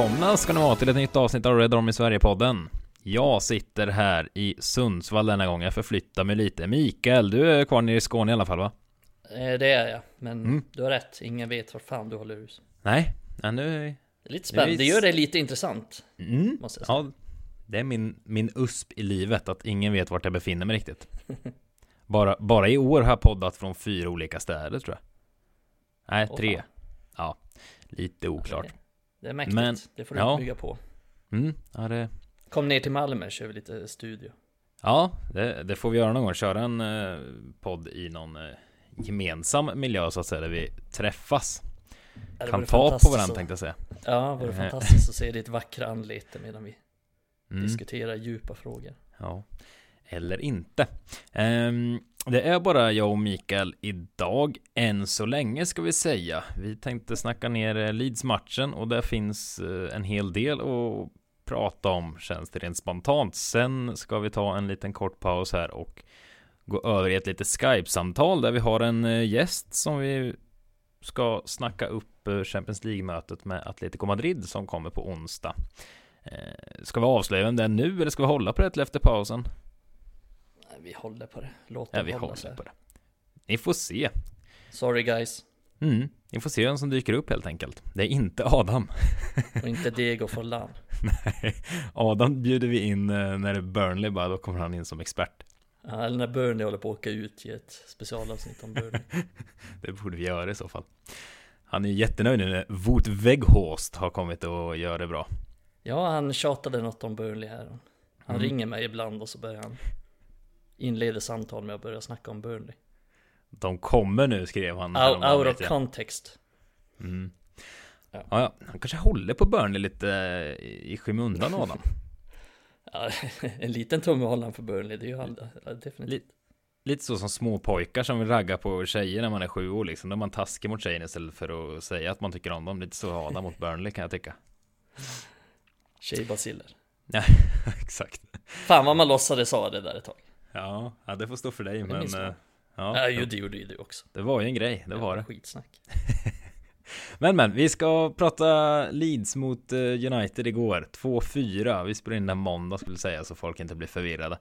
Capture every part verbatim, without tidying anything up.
välkomna ska ni vara till ett nytt avsnitt av Red Army Sverige-podden. Jag sitter här i Sundsvall denna gång. Jag förflyttar mig lite. Mikael, du är kvar nere i Skåne i alla fall, va? Det är jag, men mm. du har rätt. Ingen vet var fan du håller hus. Nej, ja, nu... Det är lite spännande. Det gör det lite intressant. Mm. Måste jag säga. Ja, det är min, min usp i livet att ingen vet vart jag befinner mig riktigt. Bara, bara i år har jag poddat från fyra olika städer, tror jag. Nej, Åh, tre. fan. Ja, lite oklart. Det, det är mäktigt. Men, det får du ja. bygga på. Mm, ja, det... Kom ner till Malmö, kör vi lite studio. Ja, det, det får vi göra någon gång. Köra en eh, podd i någon eh, gemensam miljö så att säga, där vi träffas. Ja, Kan vore ta på fantastiskt varandra, att- tänkte jag säga. Ja, det vore Eh. fantastiskt att se ditt vackra anlete medan vi Mm. diskuterar djupa frågor. Ja, eller inte. Ehm, det är bara jag och Mikael idag, än så länge ska vi säga. Vi tänkte snacka ner eh, Leeds-matchen och där finns eh, en hel del att prata om, känns det rent spontant. Sen ska vi ta en liten kort paus här och gå över i ett litet Skype-samtal där vi har en eh, gäst som vi ska snacka upp eh, Champions League-mötet med Atletico Madrid som kommer på onsdag. Eh, ska vi avslöja vem det är nu eller ska vi hålla på det till efter pausen? Nej, vi håller på det. Låt Ja, dem vi hålla håller sig. på det. Ni får se. Sorry guys. Mm, ni får se vem som dyker upp helt enkelt. Det är inte Adam. Och inte Diego Forlan. Nej, Adam bjuder vi in eh, när det är Burnley bara, då kommer han in som expert. Ja, eller när Burnley håller på att åka ut i ett specialavsnitt om Burnley. Det borde vi göra i så fall. Han är jättenöjd nu när Wout Weghorst har kommit och gör det bra. Ja, han tjatade något om Burnley här. Han Mm. ringer mig ibland och så börjar han inleda samtal med att börja snacka om Burnley. De kommer nu, skrev han. Out, häromdagen, out vet of jag. context. Mm. Ja. Ja, ja, han kanske håller på Burnley lite eh, i skymundan, Adam. Ja, en liten tumme håller han för Burnley, det är ju han ja, definitivt. Lite, lite så som små pojkar som vill ragga på tjejer när man är sju år liksom. Då man taskar mot tjejen istället för att säga att man tycker om dem. Lite så Adam mot Burnley, kan jag tycka. Tjejbaciller. Ja, exakt. Fan vad man låtsades sa det där ett tag. Ja, ja, det får stå för dig. Det Men minns man. eh, Ja, ja, ju det gjorde ju du också. det var ju en grej, det var det. Skitsnack. Men men, vi ska prata Leeds mot eh, United igår. två fyra, vi spelade in den måndag skulle jag säga, så folk inte blir förvirrade.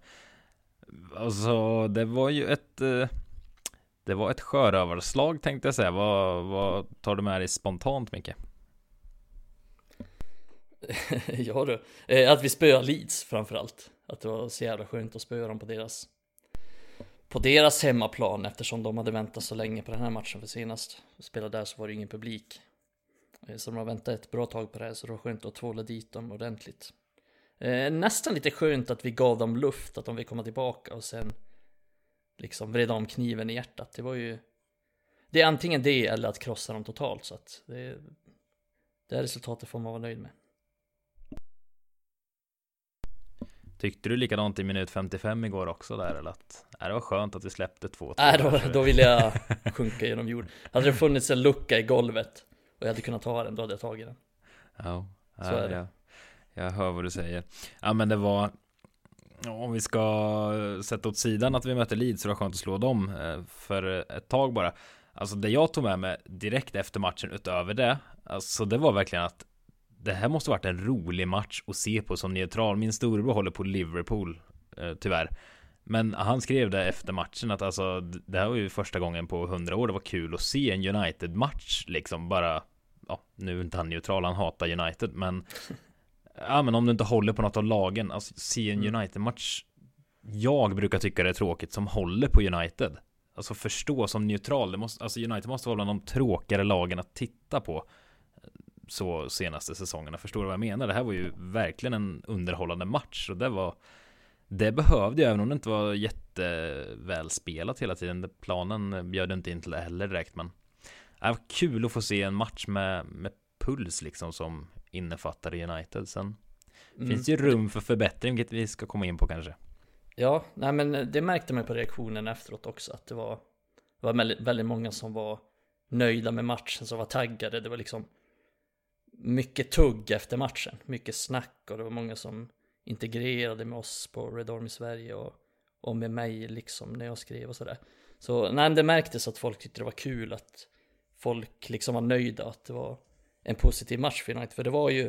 Alltså, det var ju ett eh, det var ett sjörövarslag, tänkte jag säga. Vad, vad tar du med dig spontant, Micke? Ja du. Eh, att vi spöar Leeds framförallt. Att det var så jävla skönt att spöa dem på deras på deras hemmaplan, eftersom de hade väntat så länge på den här matchen. För senast spelade där så var det ingen publik. Eh, Så de har väntat ett bra tag på det här, så det var skönt att tvåla dit dem ordentligt. Eh, nästan lite skönt att vi gav dem luft, att de vill komma tillbaka och sen liksom vreda om kniven i hjärtat. Det var ju det är antingen det eller att krossa dem totalt, så att det, det här resultatet får man vara nöjd med. Tyckte du likadant i minut femtiofem igår också där, eller att äh, det var skönt att vi släppte två? Nej, då, då ville jag sjunka genom jorden. Hade det funnits en lucka i golvet och jag hade kunnat ta den, då hade jag tagit den. Ja, Så ja, är det. jag, jag hör vad du säger. Ja, men det var, om vi ska sätta åt sidan att vi mötte Leeds, så det var skönt att slå dem eh, för ett tag bara. Alltså det jag tog med mig direkt efter matchen utöver det, alltså det var verkligen att det här måste varit en rolig match att se på som neutral. Min storebror håller på Liverpool, eh, tyvärr. Men han skrev det efter matchen att alltså, det här var ju första gången på hundra år det var kul att se en United-match. Liksom bara, ja, nu är inte han neutral, han hatar United. Men, ja, men om du inte håller på något av lagen, alltså se en United-match. Jag brukar tycka det är tråkigt som håller på United. Alltså förstå som neutral. Det måste, alltså United måste vara de tråkigare lagen att titta på så senaste säsongerna. Förstår du vad jag menar? Det här var ju verkligen en underhållande match och det var, det behövde jag, även om det inte var jättevälspelat hela tiden. Planen bjöd inte in till det heller direkt, men det var kul att få se en match med, med puls liksom, som innefattar United. Sen mm. finns ju rum för förbättring, vilket vi ska komma in på kanske. Ja, nej, men det märkte man på reaktionen efteråt också, att det var, det var väldigt, väldigt många som var nöjda med matchen, som var taggade. Det var liksom mycket tugg efter matchen, mycket snack, och det var många som integrerade med oss på Red Army Sverige och, och med mig liksom när jag skrev och sådär. Så nej, det märktes att folk tyckte det var kul, att folk liksom var nöjda, att det var en positiv match för United. För det var ju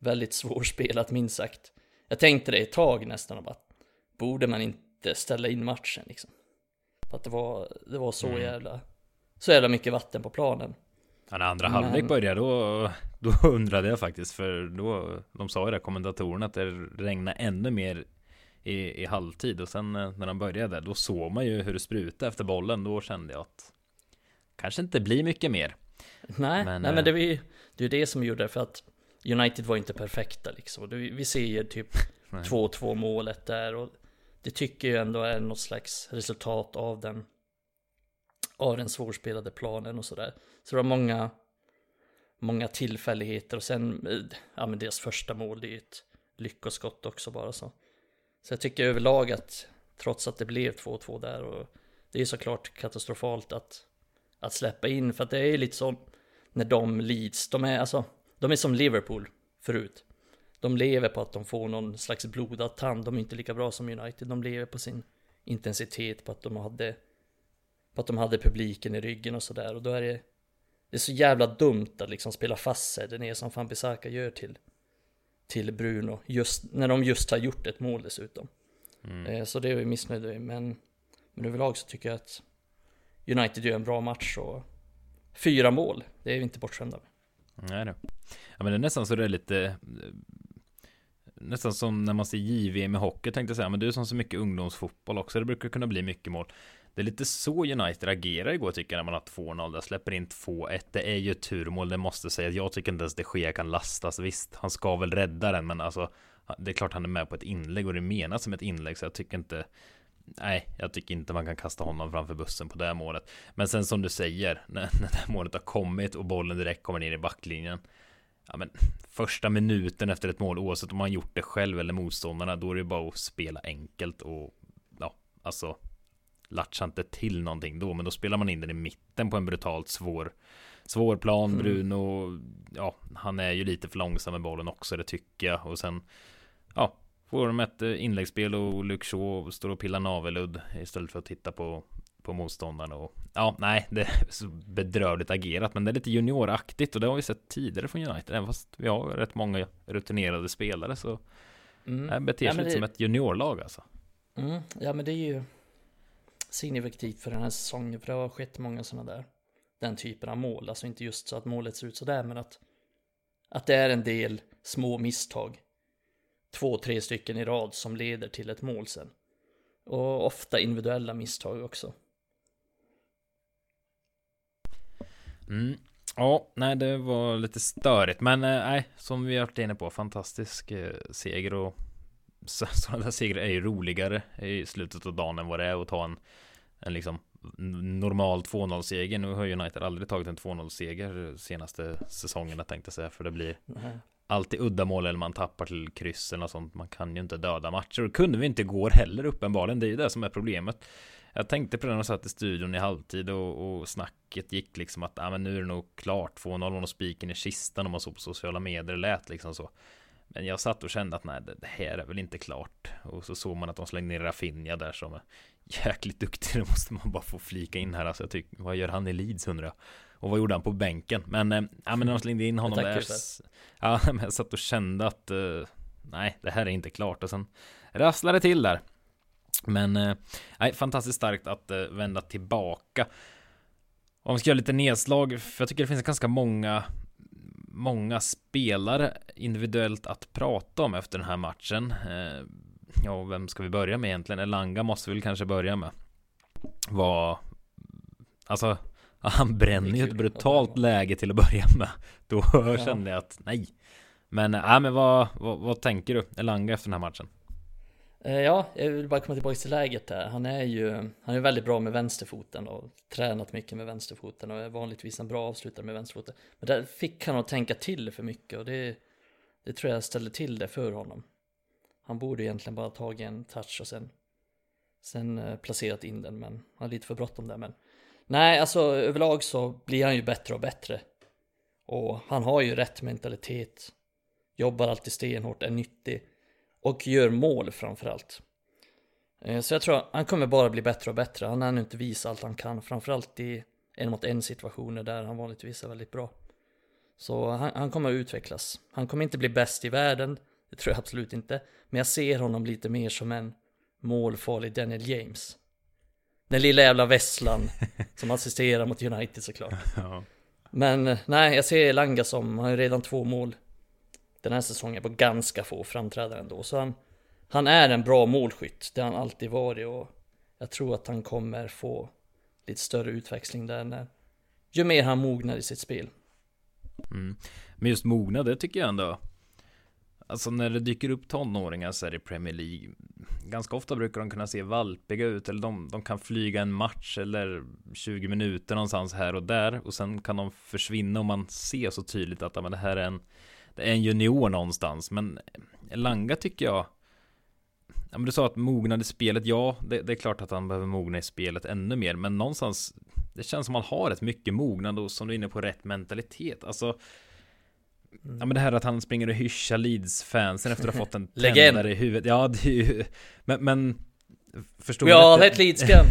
väldigt svårspelat minst sagt. Jag tänkte det ett tag nästan om att borde man inte ställa in matchen liksom. För att det var, det var så mm. jävla så jävla mycket vatten på planen. Ja, när andra Men... halvlek började då, då undrade jag faktiskt, för då, de sa ju det, kommentatorerna, att det regnade ännu mer i, i halvtid, och sen när de började då såg man ju hur det sprutade efter bollen. Då kände jag att kanske inte blir mycket mer. Nej, men, nej, men det, var, det är det som gjorde det, för att United var inte perfekta liksom. Det, vi ser ju typ två två målet där, och det tycker jag ändå är något slags resultat av den av den svårspelade planen och sådär. Så det var många många tillfälligheter, och sen ja, men deras första mål, det är ju ett lyckoskott också bara så. Så jag tycker överlag att trots att det blev två två där, och det är såklart katastrofalt att att släppa in, för att det är lite så när de leads, de är alltså de är som Liverpool förut. De lever på att de får någon slags blodad tand. De är inte lika bra som United. De lever på sin intensitet, på att de hade på att de hade publiken i ryggen och sådär. Och då är det det är så jävla dumt att liksom spela fast sig. Den är som Van Bissaka gör till till Bruno, just när de just har gjort ett mål dessutom. Mm. Så det är vi missnöjda med. Men, men överlag så tycker jag att United gör en bra match, och fyra mål, det är vi inte bortskämda med. Nej då. Ja, men det är nästan så det är lite nästan som när man ser J V med hockey, tänkte jag säga, men du som så mycket ungdomsfotboll också, det brukar kunna bli mycket mål. Det är lite så United agerar igår, tycker jag, när man har två noll där, släpper in två ett. Det är ju turmål, det måste säga. Jag tycker inte ens det sker kan lastas. Visst, han ska väl rädda den, men alltså det är klart han är med på ett inlägg, och det menas som ett inlägg, så jag tycker inte Nej, jag tycker inte man kan kasta honom framför bussen på det här målet. Men sen som du säger, när, när det här målet har kommit och bollen direkt kommer ner i backlinjen, ja, men första minuten efter ett mål, oavsett om man gjort det själv eller motståndarna, då är det bara att spela enkelt och ja, alltså latcha inte till någonting då, men då spelar man in den i mitten på en brutalt svår svår plan. mm. Bruno, ja, han är ju lite för långsam med bollen också, det tycker jag. Och sen, ja, får de ett inläggsspel och Luke Shaw står och pillar naveludd istället för att titta på, på motståndarna. Och, ja, nej, det är så bedrövligt agerat, men det är lite junioraktigt, och det har vi sett tidigare från United, även fast vi har rätt många rutinerade spelare, så mm. det beter sig ja, lite det... som ett juniorlag alltså. Mm. Ja, men det är ju signifikativt för den här säsongen, för det har skett många sådana där, den typen av mål, alltså inte just så att målet ser ut så där, men att att det är en del små misstag, två, tre stycken i rad, som leder till ett mål sen. Och ofta individuella misstag också. Mm. Ja, nej, det var lite störigt. Men nej, som vi har varit inne på, fantastisk eh, seger. Och så, sådana där segrar är ju roligare i slutet av dagen än vad det är att ta en, en liksom normal två noll-seger. Nu har United aldrig tagit en två noll-seger senaste säsongerna, tänkte jag säga. För det blir... Nej. Alltid uddamål eller man tappar till kryssen och sånt. Man kan ju inte döda matcher. Och kunde vi inte gå heller uppenbarligen. Det är ju det som är problemet. Jag tänkte på den och satt i studion i halvtid, och, och snacket gick liksom att ah, men nu är det nog klart. två noll och spiken i kistan, om man såg på sociala medier, lät liksom så. Men jag satt och kände att nej, det, det här är väl inte klart. Och så såg man att de slängde ner Rafinha där, som är jäkligt duktig. Det måste man bara få flika in här. Alltså jag tycker, vad gör han i Leeds, undrar jag. Och vad gjorde han på bänken? Men, äh, ja, men när de slängde in honom där, ja, men jag satt och kände att uh, nej, det här är inte klart. Och sen rasslade det till där. Men uh, nej, fantastiskt starkt att uh, vända tillbaka. Om vi ska göra lite nedslag, för jag tycker det finns ganska många många spelare individuellt att prata om efter den här matchen. Uh, ja, vem ska vi börja med egentligen? Elanga måste vi väl kanske börja med. Vad, alltså han bränner ju ett brutalt läge till att börja med. Då ja. Kände jag att nej. Men, äh, men vad, vad, vad tänker du Elanga efter den här matchen? Ja, jag vill bara komma tillbaka till läget där. Han är ju han är väldigt bra med vänsterfoten och tränat mycket med vänsterfoten och är vanligtvis en bra avslutare med vänsterfoten. Men där fick han att tänka till för mycket, och det, det tror jag ställde till det för honom. Han borde egentligen bara tagit en touch och sen, sen placerat in den, men han har lite för bråttom där. Men nej, alltså överlag så blir han ju bättre och bättre. Och han har ju rätt mentalitet. Jobbar alltid stenhårt, är nyttig. Och gör mål framförallt. Så jag tror att han kommer bara bli bättre och bättre. Han har ännu inte visat allt han kan. Framförallt i en mot en situationer där han vanligtvis är väldigt bra. Så han, han kommer att utvecklas. Han kommer inte bli bäst i världen, det tror jag absolut inte. Men jag ser honom lite mer som en målfarlig Daniel James. Den lilla jävla vässlan som assisterar mot United såklart. Ja. Men nej, jag ser Elanga som, han har ju redan två mål den här säsongen på ganska få framträdanden ändå. Så han, han är en bra målskytt, det har han alltid varit. Och jag tror att han kommer få lite större utväxling där när, ju mer han mognar i sitt spel. Mm. Men just mognad, det tycker jag ändå. Alltså när det dyker upp tonåringar så är det i Premier League, ganska ofta brukar de kunna se valpiga ut, eller de, de kan flyga en match eller tjugo minuter någonstans här och där, och sen kan de försvinna och man ser så tydligt att men det här är en, det är en junior någonstans. Men Elanga tycker jag, ja, men du sa att mognad i spelet, ja det, det är klart att han behöver mogna i spelet ännu mer, men någonstans det känns som man har rätt mycket mognad och som du är inne på rätt mentalitet. Alltså Mm. ja men det här att han springer och hyschar Leeds-fansen efter att ha fått en tändare i huvudet. Ja, det är ju... Men, men förstår du? Ja, det är ett Leeds-skan.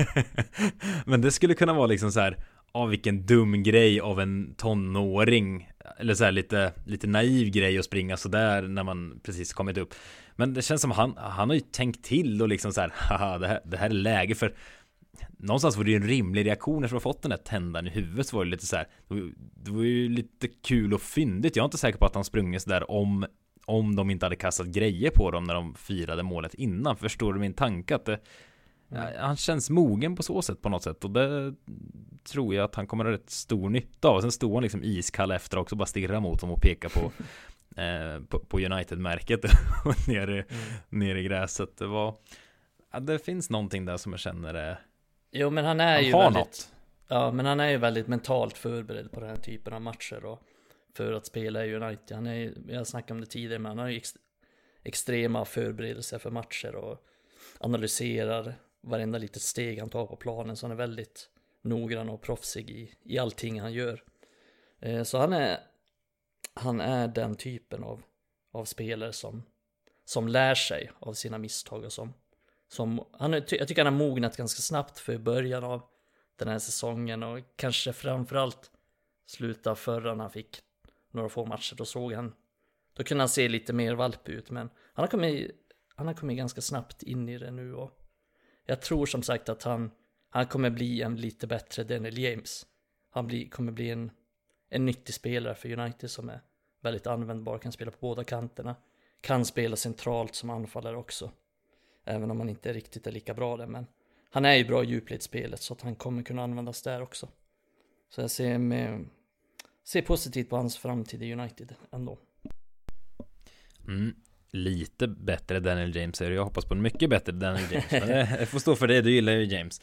Men det skulle kunna vara liksom så här, av vilken dum grej av en tonåring. Eller så här lite, lite naiv grej att springa så där när man precis kommit upp. Men det känns som han, han har ju tänkt till och liksom så här, haha, det här, det här är läge för... Någonstans var det ju en rimlig reaktion efter att ha fått den där tändaren i huvudet, så var det lite så här, det var ju lite kul och fyndigt. Jag är inte säker på att han sprungit så där om, om de inte hade kastat grejer på dem när de firade målet innan. Förstår du min tanke? Att det, mm. han känns mogen på så sätt på något sätt, och det tror jag att han kommer att ha rätt stor nytta av. Sen stod han liksom iskall efter också, bara stirra mot dem och peka på eh, på, på United-märket och ner i, mm. ner i gräset. Det var, ja, det finns någonting där som jag känner är Jo, men han är han ju har väldigt något. Ja, men han är ju väldigt mentalt förberedd på den här typen av matcher och för att spela i United. Han är, jag snackade om det tidigare, men han har ju ex, extrema förberedelser för matcher och analyserar varenda litet steg han tar på planen, så han är väldigt noggrann och proffsig i, i allting han gör. Eh, så han är han är den typen av, av spelare som, som lär sig av sina misstag och som Som, han, jag tycker han har mognat ganska snabbt för början av den här säsongen och kanske framförallt sluta förra när han fick några få matcher. Då såg han, då kunde han se lite mer valp ut, men han har kommit, han har kommit ganska snabbt in i det nu och jag tror som sagt att han, han kommer bli en lite bättre Daniel James. Han blir, kommer bli en, en nyttig spelare för United som är väldigt användbar, kan spela på båda kanterna, kan spela centralt som anfallare också. Även om han inte riktigt är lika bra där. Men han är ju bra i djupledsspelet, så att han kommer kunna användas där också. Så jag ser, med, ser positivt på hans framtid i United ändå. Mm, lite bättre Daniel James är det. Jag hoppas på en mycket bättre Daniel James. Men jag får stå för det, du gillar ju James.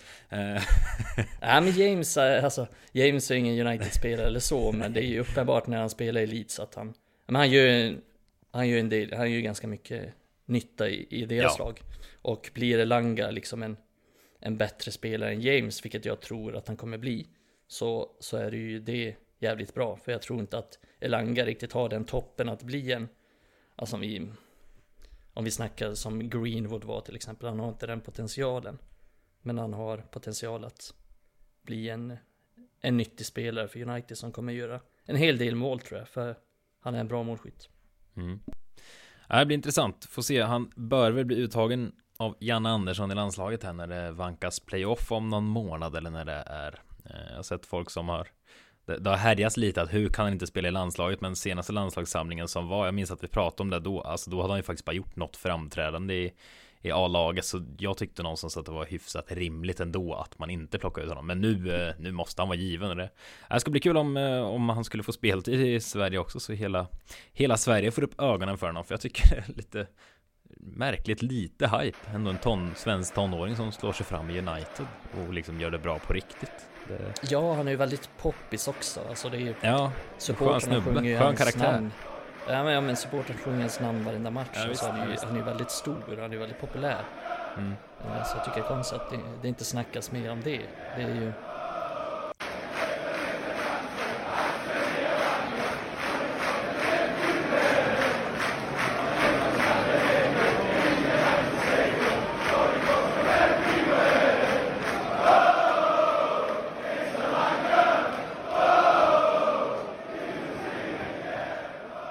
Ja, men James, alltså, James är ingen United-spelare eller så. Men det är ju uppenbart när han spelar i Leeds att han... Men han gör, han gör en del, han gör ganska mycket nytta i, i deras ja. lag. Och blir Elanga liksom en, en bättre spelare än James, vilket jag tror att han kommer bli, så, så är det ju det jävligt bra. För jag tror inte att Elanga riktigt har den toppen att bli en, alltså om vi, om vi snackar som Greenwood var till exempel, han har inte den potentialen, men han har potential att bli en, en nyttig spelare för United som kommer göra en hel del mål, tror jag, för han är en bra målskytt. Mm. Ja, det blir intressant, får se. Han bör väl bli uttagen av Janne Andersson i landslaget här när det vankas playoff om någon månad, eller när det är. Jag har sett folk som har, det, det har härjats lite att hur kan han inte spela i landslaget, men senaste landslagssamlingen som var, jag minns att vi pratade om det då, alltså då hade han ju faktiskt bara gjort något framträdande i, i A-laget, så jag tyckte någonstans att det var hyfsat rimligt ändå att man inte plockar ut honom, men nu, nu måste han vara given. Det, det ska bli kul om, om han skulle få speltid i Sverige också, så hela, hela Sverige får upp ögonen för honom, för jag tycker det är lite märkligt lite hype, ändå en ton, svensk tonåring som slår sig fram i United och liksom gör det bra på riktigt. Det... Ja, han är ju väldigt poppis också, alltså det är ju, ja, skön snubbe, skön karaktär. Namn. Ja, men, ja, men supporten sjunger hans namn varenda match, ja, så han är, ju, han är ju väldigt stor, han är ju väldigt populär. Mm. Så jag tycker det är konstigt att det, det inte snackas mer om det. Det är ju...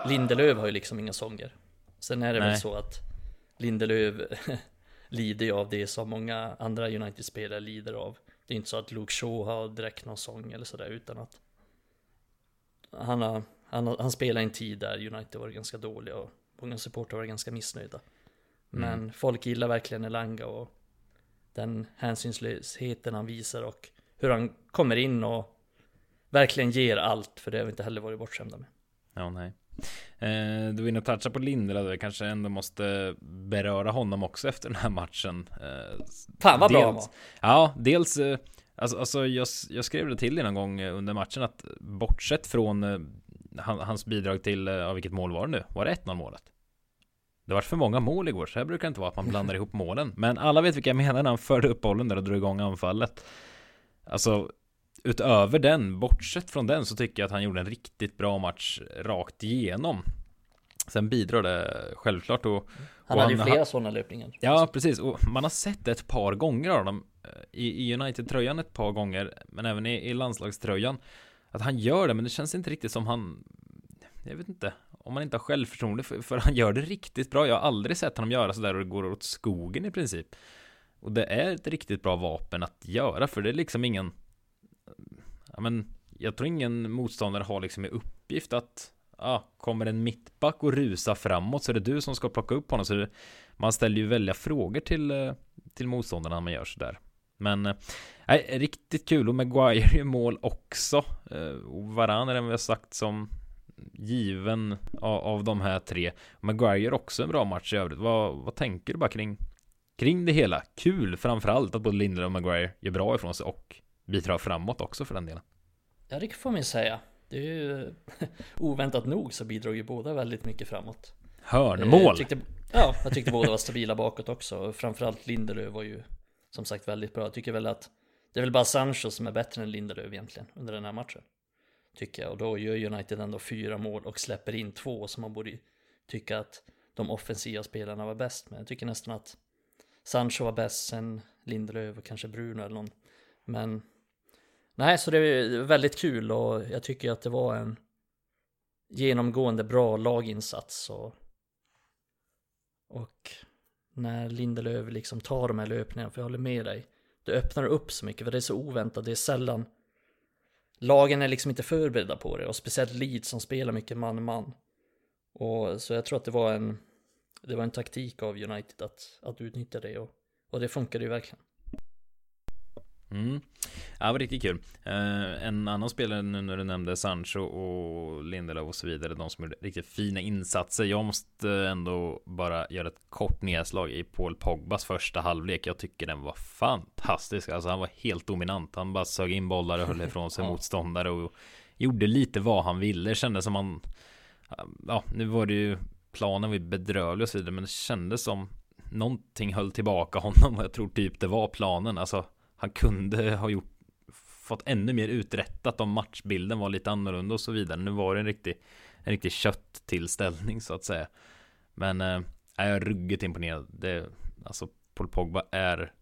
Lindelöf har ju liksom inga sånger. Sen är det Nej. väl så att Lindelöf lider ju av det som många andra United-spelare lider av. Det är inte så att Luke Shaw har direkt någon sång eller sådär, utan att han, har, han, har, han spelar i en tid där United var ganska dåliga och många supportrar var ganska missnöjda. Men Mm. folk gillar verkligen Elanga och den hänsynslösheten han visar och hur han kommer in och verkligen ger allt, för det har vi inte heller varit bortskämda med. Ja, nej. Eh, du vill nog toucha på Lindelöf, jag kanske ändå måste beröra honom också efter den här matchen. Eh, Fan vad bra han dels, var. Ja, dels eh, alltså, alltså jag, jag skrev det till dig någon gång under matchen att bortsett från eh, han, hans bidrag till, eh, ja, vilket mål var det nu? Var det ett noll målet? Det var för många mål igår, så här brukar det inte vara att man blandar ihop målen. Men alla vet vilka jag menar när han förde upp bollen där och drog igång anfallet. Alltså, utöver den, bortsett från den, så tycker jag att han gjorde en riktigt bra match rakt igenom. Sen bidrar det självklart och, Han och hade ju han, flera han, sådana löpningar. Ja, precis, och man har sett det ett par gånger av dem i, i United-tröjan ett par gånger, men även i, i landslagströjan, att han gör det, men det känns inte riktigt som han, jag vet inte, om man inte har självförtroende, för, för han gör det riktigt bra. Jag har aldrig sett honom göra så där och det går åt skogen i princip. Och det är ett riktigt bra vapen att göra, för det är liksom ingen, ja, men jag tror ingen motståndare har liksom i uppgift att, ja, kommer en mittback och rusa framåt så är det du som ska plocka upp honom. Så det, man ställer ju välja frågor till, till motståndarna när man gör så där. Men nej, äh, riktigt kul. Och Maguire gör mål också. Och Varane är den vi har sagt som given av, av de här tre. Maguire gör också en bra match i övrigt. Vad, vad tänker du bara kring, kring det hela? Kul framförallt att både Lindelöf och Maguire gör bra ifrån sig och bidrar framåt också för den delen. Ja, det får man säga. Det är ju oväntat nog så bidrog ju båda väldigt mycket framåt. Hörnmål! Jag tyckte, ja, jag tyckte båda var stabila bakåt också. Framförallt Lindelöf var ju som sagt väldigt bra. Jag tycker väl att det är väl bara Sancho som är bättre än Lindelöf egentligen under den här matchen. Tycker jag. Och då gör United ändå fyra mål och släpper in två, som man borde tycka att de offensiva spelarna var bäst. Men jag tycker nästan att Sancho var bäst, sen Lindelöf och kanske Bruno eller någon. Men nej, så det är väldigt kul och jag tycker att det var en genomgående bra laginsats. Och, och när Lindelöf liksom tar de här löpningarna, för jag håller med dig, det öppnar upp så mycket, för det är så oväntat. Det är sällan, lagen är liksom inte förberedda på det, och speciellt Leeds som spelar mycket man-man. Och så jag tror att det var en det var en taktik av United att, att utnyttja det, och, och det funkade ju verkligen. Mm. Ja, det var riktigt kul. Uh, en annan spelare nu när du nämnde Sancho och Lindelöf och så vidare, de som gjorde riktigt fina insatser. Jag måste ändå bara göra ett kort nedslag i Paul Pogbas första halvlek. Jag tycker den var fantastisk. Alltså han var helt dominant. Han bara sög in bollar och höll ifrån sig ja. motståndare och gjorde lite vad han ville. Kändes som han, ja, nu var det ju planen vid bedrövlig och så vidare, men det kändes som någonting höll tillbaka honom, och jag tror typ det var planen. Alltså han kunde ha gjort, fått ännu mer uträttat om matchbilden var lite annorlunda och så vidare. Nu var det en riktig, en riktig kötttillställning så att säga. Men äh, jag är ruggigt imponerad. Det, alltså Paul Pogba är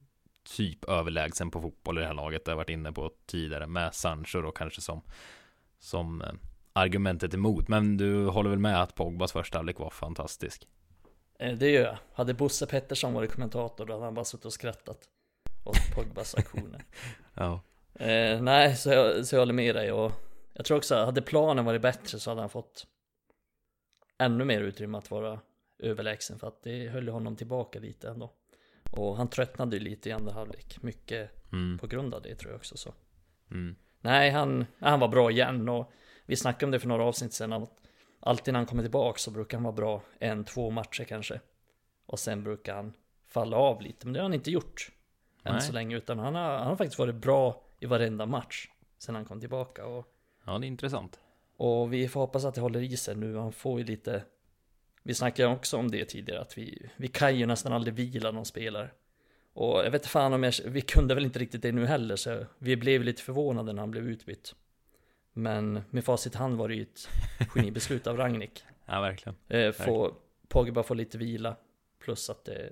typ överlägsen på fotboll i det här laget. Det har jag varit inne på tidigare med Sancho då kanske som, som äh, argumentet emot. Men du håller väl med att Pogbas första halvlek var fantastisk? Det gör jag. Hade Bosse Pettersson varit kommentator, då hade han bara suttit och skrattat och Pogbas aktioner. Ja. Eh, nej, så jag, så jag håller med dig. Och jag tror också att hade planen varit bättre så hade han fått ännu mer utrymme att vara överlägsen, för att det höll honom tillbaka lite ändå. Och han tröttnade ju lite i andra halvlek. Mycket mm. på grund av det tror jag också så. Mm. Nej, han, han var bra igen, och vi snackade om det för några avsnitt sedan, att alltid när han kommer tillbaka så brukar han vara bra en, två matcher kanske. Och sen brukar han falla av lite, men det har han inte gjort än så länge, utan han har, han har faktiskt varit bra i varenda match sen han kom tillbaka. Och, ja, det är intressant. Och vi får hoppas att det håller i sig nu. Han får ju lite, vi snackade också om det tidigare, att vi, vi kan ju nästan aldrig vila någon spelare. Och jag vet inte fan om jag, vi kunde väl inte riktigt det nu heller, så vi blev lite förvånade när han blev utbytt. Men med facit hand var det ju ett genibeslut av Rangnick. Ja, verkligen. Eh, få, Pogba får lite vila, plus att det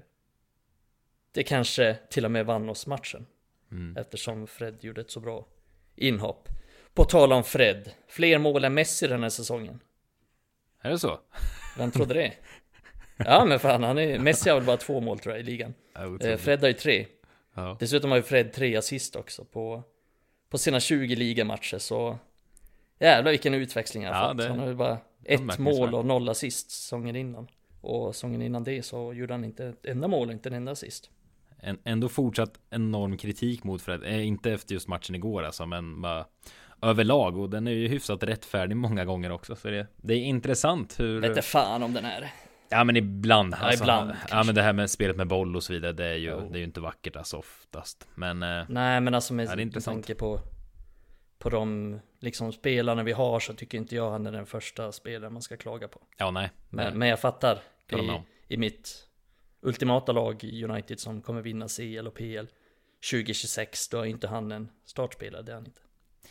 det kanske till och med vann oss matchen. Mm. Eftersom Fred gjorde ett så bra inhopp. På tal om Fred, fler mål än Messi den här säsongen. Är det så? Vem trodde det? Ja, men fan, han är, Messi har väl bara två mål tror jag i ligan. Eh, Fred har ju tre. Ja. Dessutom har ju Fred tre assist också på, på sina tjugo ligamatcher, så jävlar vilken utväxling han har Ja, fått. det- Han har ju bara det är ett märkligt, mål va? och noll assist säsongen innan. Och säsongen innan det så gjorde han inte ett enda mål och inte en enda assist. En, ändå fortsatt enorm kritik mot Fred. Eh, inte efter just matchen igår alltså, men bara överlag. Och den är ju hyfsat rättfärdig många gånger också. Så det, det är intressant hur... Vet inte fan om den är. Ja, men ibland. Ja, Alltså, ibland, ja, kanske. men det här med spelet med boll och så vidare, det är ju, Jo. det är ju inte vackert alltså oftast. Men eh, Nej, men alltså med Ja, det är intressant. tanke på på de liksom spelarna vi har, så tycker inte jag han är den första spelaren man ska klaga på. ja, nej. Men, nej. men jag fattar Kan hålla med i, om. i mitt ultimata lag United som kommer vinna C L och P L tjugo tjugosex, då är inte han en startspelare, det är han inte.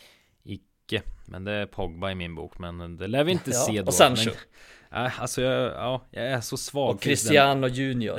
Icke. Men det är Pogba i min bok. Men det lär vi inte Ja, se då. och Sancho. Men, äh, alltså jag, ja, jag är så svag. Och Cristiano Junior.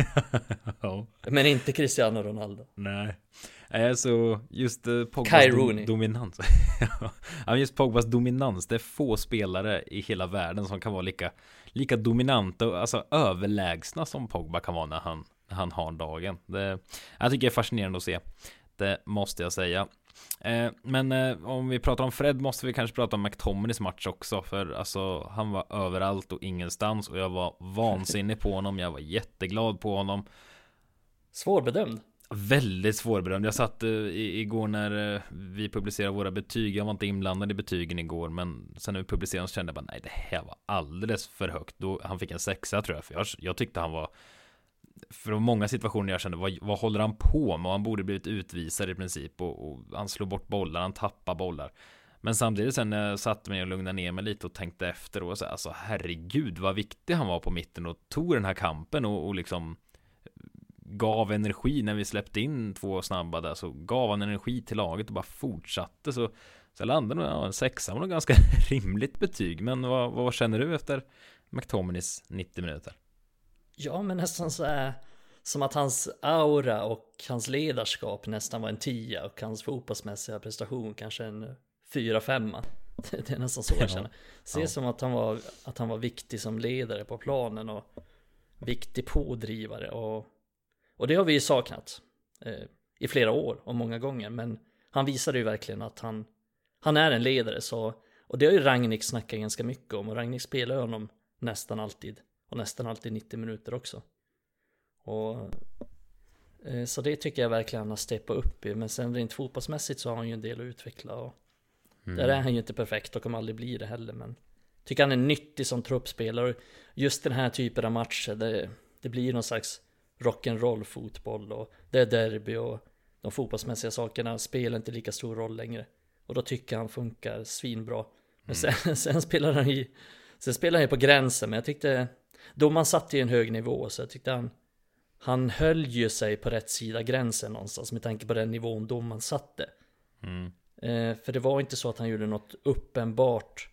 Ja, Men inte Cristiano Ronaldo. nej. Alltså just eh, Pogbas Kai dom- Rooney. dominans. Ja, men just Pogbas dominans. Det är få spelare i hela världen som kan vara lika, lika dominanta och alltså överlägsna som Pogba kan vara när han, när han har dagen. Det, jag tycker det är fascinerande att se. Det måste jag säga. Eh, men eh, om vi pratar om Fred måste vi kanske prata om McTominays match också. För alltså han var överallt och ingenstans. Och jag var vansinnig på honom. Jag var jätteglad på honom. Svårbedömd. Väldigt svårbedömd. Jag satt uh, igår när uh, vi publicerade våra betyg. Jag var inte inblandad i betygen igår, men sen när vi publicerade så kände jag bara nej, det här var alldeles för högt. Då, han fick en sexa tror jag, för jag, jag tyckte han var, för många situationer jag kände, vad, vad håller han på med? Och han borde blivit utvisad i princip och, och han slår bort bollar, han tappar bollar. Men samtidigt sen när jag satt mig och lugnade ner mig lite och tänkte efter och så alltså herregud vad viktig han var på mitten och tog den här kampen och, och liksom gav energi när vi släppte in två snabba där, så gav han energi till laget och bara fortsatte, så, så landade ja, en sexa var nog ganska rimligt betyg. Men vad, vad känner du efter McTominays nittio minuter? Ja, men nästan så här som att hans aura och hans ledarskap nästan var en tia och hans fotbollsmässiga prestation kanske en fyra femma. Det är nästan så jag känner. Ser Ja. som att han var att han var viktig som ledare på planen och viktig pådrivare, och och det har vi ju saknat eh, i flera år och många gånger, men han visade ju verkligen att han han är en ledare, så och det har ju Rangnick snackat ganska mycket om, och Rangnick spelar ju honom nästan alltid och nästan alltid nittio minuter också. Och eh, så det tycker jag verkligen han har steppat upp i, men sen rent fotbollsmässigt så har han ju en del att utveckla, och Mm. där är han ju inte perfekt och kommer aldrig bli det heller, men tycker han är nyttig som truppspelare. Och just den här typen av matcher, det, det blir någon slags rock'n'roll fotboll, och det är derby och de fotbollsmässiga sakerna spelar inte lika stor roll längre, och då tycker han funkar svinbra. Men sen, sen spelar han ju sen spelar han ju på gränsen, men jag tyckte domaren satt i en hög nivå, så jag tyckte han han höll ju sig på rätt sida gränsen någonstans med tanke på den nivån domaren satte. Mm. Eh, för det var inte så att han gjorde något uppenbart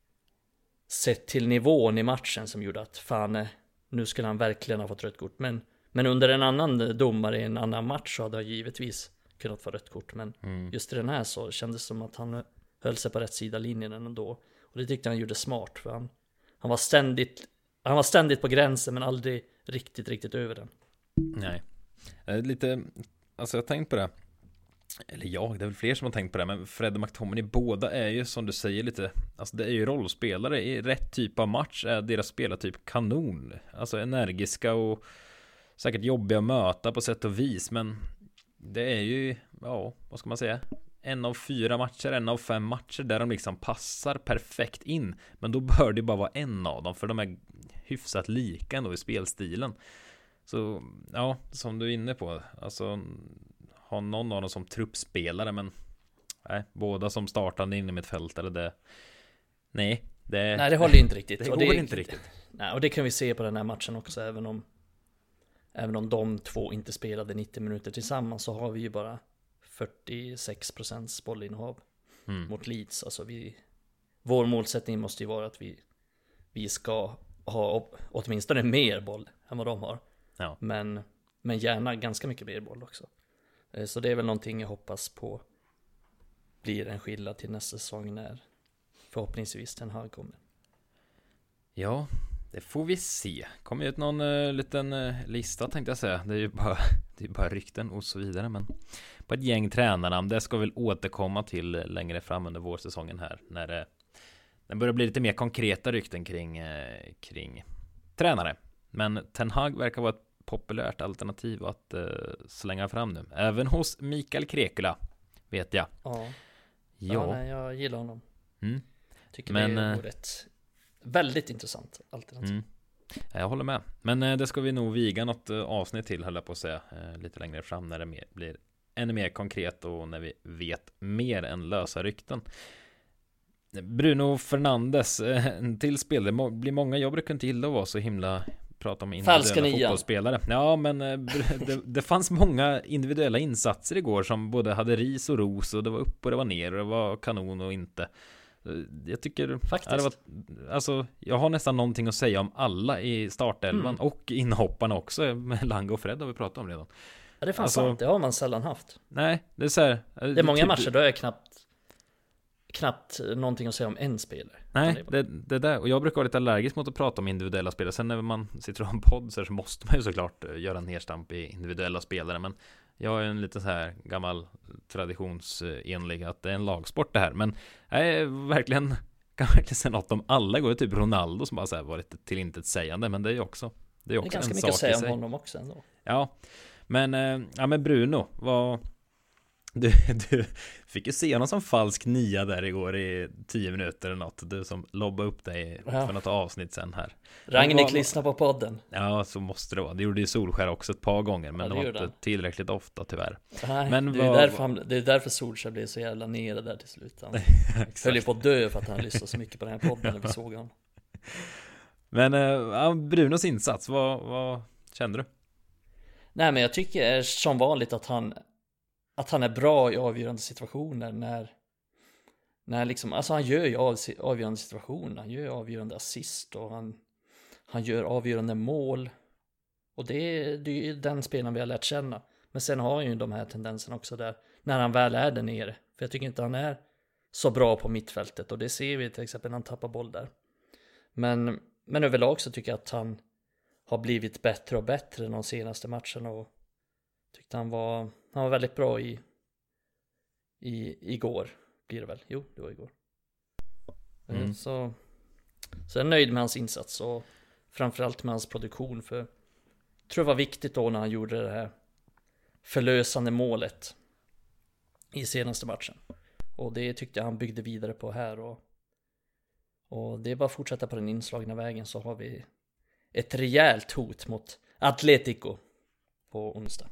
sett till nivån i matchen som gjorde att fan, eh, nu skulle han verkligen ha fått rött kort. Men, men under en annan domare i en annan match så hade han givetvis kunnat få rött kort. Men Mm. just i den här så kändes det som att han höll sig på rätt sida linjen ändå. Och det tyckte han gjorde smart, för han, han var ständigt han var ständigt på gränsen men aldrig riktigt, riktigt över den. Nej. Eh, Lite, alltså jag har tänkt på det. Eller jag, det är väl fler som har tänkt på det. Men Fred och McTominay, båda är ju som du säger lite, alltså det är ju rollspelare. I rätt typ av match är deras spelartyp kanon. Alltså energiska och säkert jobbiga att möta på sätt och vis. Men det är ju, ja, vad ska man säga, en av fyra matcher, en av fem matcher där de liksom passar perfekt in. Men då bör det bara vara en av dem, för de är hyfsat lika ändå i spelstilen. Så ja, som du är inne på, alltså ha någon av dem som truppspelare, men nej, båda som startande in i mitt fält eller det. Nej, det Nej, det håller ju inte riktigt. Det Och går inte riktigt. Nej, och det kan vi se på den här matchen också, även om även om de två inte spelade nittio minuter tillsammans, så har vi ju bara fyrtiosex procent bollinnehav Mm. mot Leeds. Alltså vi, vår målsättning måste ju vara att vi vi ska ha åtminstone mer boll än vad de har. Ja. Men, men gärna ganska mycket mer boll också. Eh, Så det är väl någonting jag hoppas på blir en skillnad till nästa säsong när förhoppningsvis Ten Hag kommer. Ja, det får vi se. Kommer ut någon uh, liten uh, lista tänkte jag säga. Det är ju bara, det är bara rykten och så vidare. Men på ett gäng tränarnamn, det ska väl återkomma till längre fram under vårsäsongen här. När det, det börjar bli lite mer konkreta rykten kring, uh, kring tränare. Men Ten Hag verkar vara ett populärt alternativ att uh, slänga fram nu. Även hos Mikael Krekula, vet jag. Ja, ja. ja nej, jag gillar honom. Mm. Tycker Men, det vore ett väldigt intressant alternativ. Mm. Jag håller med. Men eh, det ska vi nog viga något eh, avsnitt till, höll jag på att säga. Eh, lite längre fram när det mer, blir ännu mer konkret och när vi vet mer än lösa rykten. Bruno Fernandes, eh, en till spel. Det må, blir många, jag brukar inte gilla att vara så himla prata om individuella fotbollsspelare. Ja, men eh, det, det fanns många individuella insatser igår som både hade ris och ros och det var upp och det var ner och det var kanon och inte. Jag tycker faktiskt ja, det var, alltså, jag har nästan någonting att säga om alla i startelvan mm. och inhopparna också. Med Lange och Fred har vi pratat om redan. Ja, det är fan alltså, sant, det har man sällan haft. Nej, det är så här, det är många typ, matcher då är jag knappt knappt någonting att säga om en spelare. Nej, det, det där, och jag brukar vara lite allergisk mot att prata om individuella spelare. Sen när man sitter och har en podd så måste man ju såklart göra en nedstamp i individuella spelare, men jag är en lite så här gammal traditionsenlig att det är en lagsport det här. Men jag är verkligen, kan verkligen säga något om alla. Går typ Ronaldo som bara så här var lite till intet sägande, men det är ju också det är också det är ganska en mycket sak att säga om honom också ändå. Ja, men, ja, men Bruno var... Du, du fick ju se honom som falsk nia där igår i tio minuter eller något. Du som lobbade upp dig ja. för något avsnitt sen här. Ragnik lyssnar på podden. Ja, så måste det vara. Det gjorde ju Solskär också ett par gånger, men ja, det, det var inte tillräckligt ofta tyvärr. Nej, men det, är var, därför han, det är därför Solskär blev så jävla nere där till slut. Han höll ju på att dö för att han lyssnade så mycket på den här podden när vi såg honom. Men äh, Brunos insats, vad, vad kände du? Nej, men jag tycker som vanligt att han att han är bra i avgörande situationer när när liksom, alltså han gör ju av, avgörande situationer, han gör avgörande assist och han han gör avgörande mål och det är, det är ju den spelaren vi har lärt känna. Men sen har han ju de här tendenserna också där när han väl är där nere, för jag tycker inte han är så bra på mittfältet och det ser vi till exempel när han tappar boll där. Men, men överlag så tycker jag att han har blivit bättre och bättre de senaste matcherna och tyckte han var han var väldigt bra i i igår blir det väl. Jo, det var igår. Mm. Så så jag är nöjd med hans insats och framförallt med hans produktion, för jag tror det var viktigt då när han gjorde det här förlösande målet i senaste matchen. Och det tyckte jag han byggde vidare på här och och det är bara att fortsätta på den inslagna vägen, så har vi ett rejält hot mot Atletico på onsdag.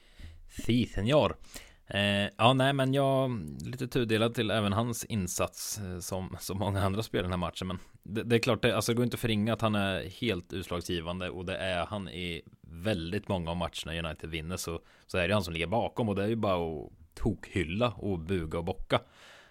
Si, senor. Eh, ja, nej, men jag lite tudelad till även hans insats eh, som så många andra spelare i den här matchen. Men det, det är klart, det, alltså, det går inte att förringa att han är helt utslagsgivande, och det är han i väldigt många av matcherna United vinner, så, så är det han som ligger bakom, och det är ju bara att tokhylla och buga och bocka.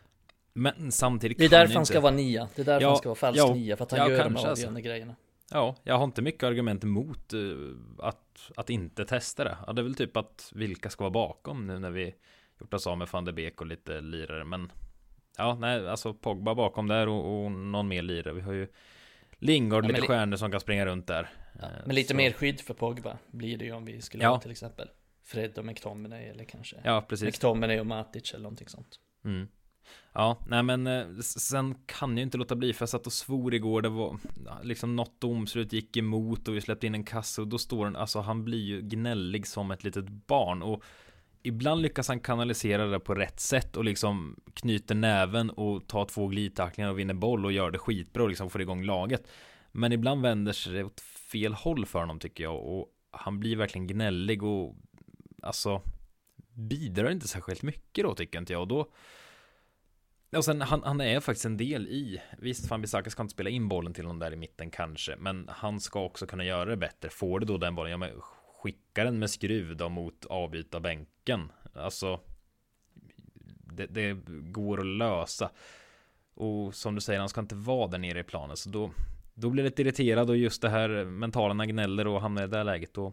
Men samtidigt det är därför han inte... ska vara nia. Det är därför ja, han ska vara falsk ja, nia, för att han ja, gör de avgörande alltså. grejerna. Ja, jag har inte mycket argument emot uh, att, att inte testa det. Ja, det är väl typ att vilka ska vara bakom nu när vi gjort oss av med Van de Beek och lite lirare. Men ja, nej, alltså Pogba bakom där och, och någon mer lirare. Vi har ju Lingard, ja, lite li- stjärnor som kan springa runt där. Ja, men lite så. Mer skydd för Pogba blir det ju om vi skulle ja. ha till exempel Fred och McTominay eller kanske ja, precis. McTominay och Matic eller någonting sånt. Mm. Ja, nej, men eh, sen kan jag inte låta bli, för jag satt och svor igår. Det var liksom något domslut gick emot och vi släppte in en kasse, och då står den, alltså han blir ju gnällig som ett litet barn, och ibland lyckas han kanalisera det på rätt sätt och liksom knyter näven och tar två glidtacklingar och vinner boll och gör det skitbra och liksom får igång laget. Men ibland vänder sig det åt fel håll för honom, tycker jag, och han blir verkligen gnällig och alltså bidrar inte särskilt mycket då, tycker inte jag. Och då och sen han, han är faktiskt en del i, visst, Van Bissaka ska inte spela in bollen till någon där i mitten kanske, men han ska också kunna göra det bättre. Får det då den bollen, ja, men skicka den med skruv då mot avbyta bänken. Alltså det, det går att lösa. Och som du säger, han ska inte vara där nere i planen, så då, då blir det lite irriterad, och just det här mentala gnäller och hamnar i det där läget, då,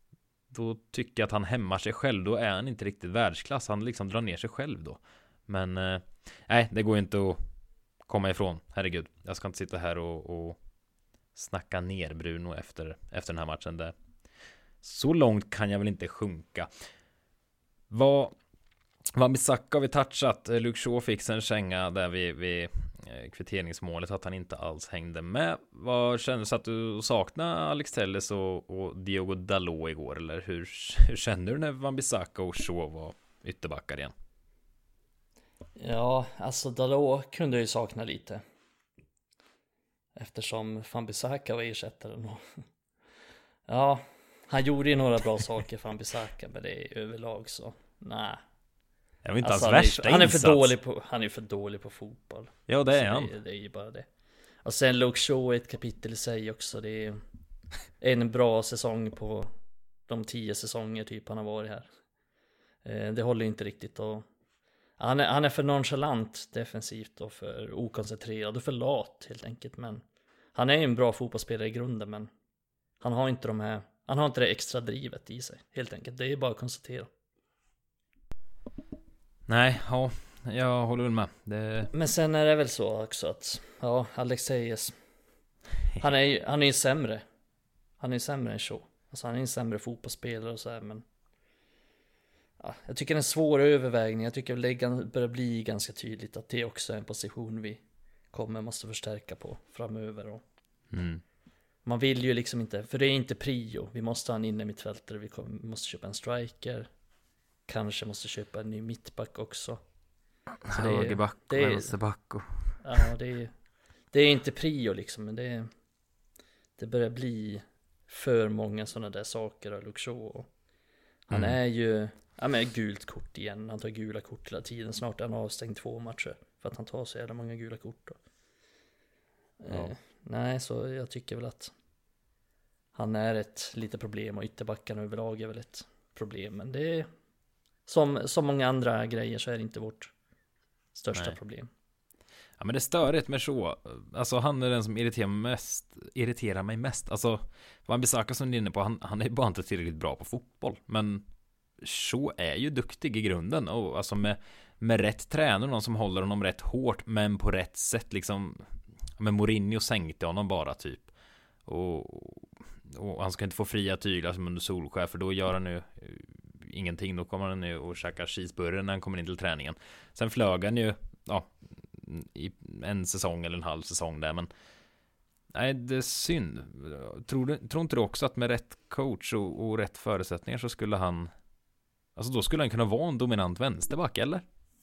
då tycker jag att han hämmar sig själv. Då är han inte riktigt världsklass, han liksom drar ner sig själv då. Men eh, nej, det går inte att komma ifrån. Herregud, jag ska inte sitta här och, och snacka ner Bruno efter, efter den här matchen. Där. Så långt kan jag väl inte sjunka. Vad Wan-Bissaka har vi touchat. Luke Shaw fick en känga där vi, vi kvitteringsmålet att han inte alls hängde med. Vad kändes att du saknade Alex Telles och, och Diogo Dalot igår? Eller hur, hur kände du när Wan-Bissaka och Shaw var ytterbackar igen? Ja, alltså Dalot kunde jag ju sakna lite. Eftersom Wan-Bissaka var ersättaren. Ja, han gjorde ju några bra saker för Wan-Bissaka, men det är överlag så. Nej. Jag vet inte alltså, hans värsta han är, insats. för dålig på, han är för dålig på fotboll. Ja, det är han. Det, det är ju bara det. Och sen Luke Shaw är ett kapitel i sig också. Det är en bra säsong på de tio säsonger typ han har varit här. Det håller inte riktigt. Och han, är, han är för nonchalant defensivt och för okoncentrerad och för lat helt enkelt. Men han är ju en bra fotbollsspelare i grunden, men han har inte de här, han har inte det extra drivet i sig helt enkelt. Det är bara att konstatera. Nej, ja, jag håller väl med. Det... Men sen är det väl så också att ja, Alex Telles, han är ju han är ju sämre. Han är ju sämre än Shaw. Alltså han är en sämre fotbollsspelare och så här, men ja, jag tycker det är en svår övervägning. Jag tycker det börjar bli ganska tydligt att det också är en position vi kommer måste förstärka på framöver. Och mm. Man vill ju liksom inte, för det är inte prio. Vi måste ha en inne mittfältare, vi, kommer, vi måste köpa en striker. Kanske måste köpa en ny mittback också. Högerback och vänsterback och... Ja, det är, det är inte prio liksom, men det är, det börjar bli för många sådana där saker av Luke Shaw. Han mm. är ju, ja men gult kort igen. Han tar gula kort hela tiden. Snart är han avstängd två matcher för att han tar så jävla många gula kort då. Ja. Eh, nej, så jag tycker väl att han är ett lite problem, och ytterbackarna överlag är väl ett problem, men det är som, som många andra grejer så är det inte vårt största nej. problem. Ja, men det är störigt med så. Alltså han är den som irriterar mig mest. Irriterar mig mest. Alltså Wan-Bissaka som du är inne på, han, han är bara inte tillräckligt bra på fotboll. Men så är ju duktig i grunden. Och alltså med, med rätt tränare, någon som håller honom rätt hårt, men på rätt sätt liksom. Men Mourinho sänkte honom bara typ. Och, och han ska inte få fria tyglar som under Solskär, för då gör han nu ingenting. Då kommer han nu och käkar cheeseburgare när han kommer in till träningen. Sen flög han ju, ja, i en säsong eller en halv säsong där, men nej, det är synd. Tror, du, tror inte du också att med rätt coach och, och rätt förutsättningar så skulle han, alltså då skulle han kunna vara en dominant vänsterback, eller?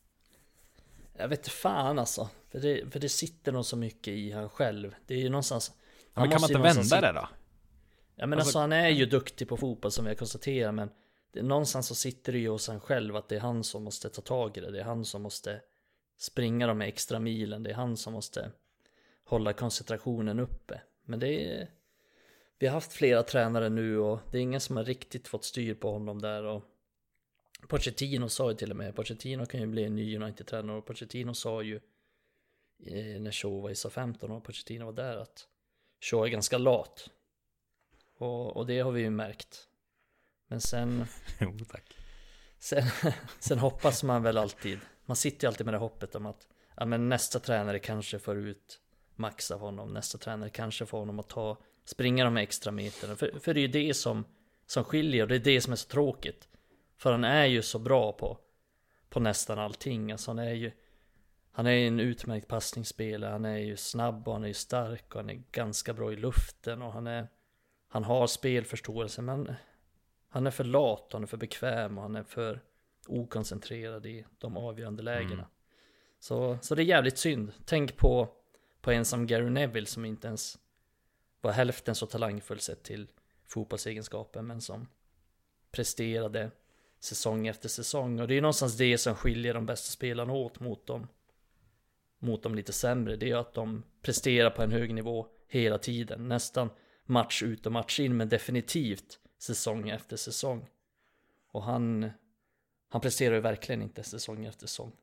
Jag vet inte fan alltså, för det, för det sitter nog så mycket i han själv. Det är ju någonstans, ja, men kan man inte vända det då? Ja, men alltså, alltså han är ju duktig på fotboll som vi har konstaterat, men det, någonstans så sitter det ju hos han själv att det är han som måste ta tag i det. Det är han som måste springa de extra milen. Det är han som måste hålla koncentrationen uppe. Men det är, vi har haft flera tränare nu och det är ingen som har riktigt fått styr på honom där. Och Pochettino sa ju till och med, Pochettino kan ju bli en ny United-tränare, och Pochettino sa ju när Shaw var i femton och Pochettino var där att Shaw är ganska lat. Och, och det har vi ju märkt. Men sen jo, tack. Sen, sen hoppas man väl alltid, man sitter ju alltid med det hoppet om att ja, men nästa tränare kanske får ut max av honom. Nästa tränare kanske får honom att ta, springa de extra meterna. För, för det är ju det som, som skiljer, och det är det som är så tråkigt. För han är ju så bra på, på nästan allting. Alltså han är ju han är en utmärkt passningsspelare. Han är ju snabb och han är ju stark och han är ganska bra i luften. Och han, är, han har spelförståelse, men han är för lat, han är för bekväm och han är för okoncentrerad i de avgörande lägena. Mm. Så, så det är jävligt synd. Tänk på, på en som Gary Neville som inte ens var hälften så talangfull sett till fotbollsegenskaper, men som presterade säsong efter säsong. Och det är någonstans det som skiljer de bästa spelarna åt mot dem, mot dem lite sämre. Det är att de presterar på en hög nivå hela tiden. Nästan match ut och match in, men definitivt säsong efter säsong. Och han han presterar ju verkligen inte säsong efter säsong.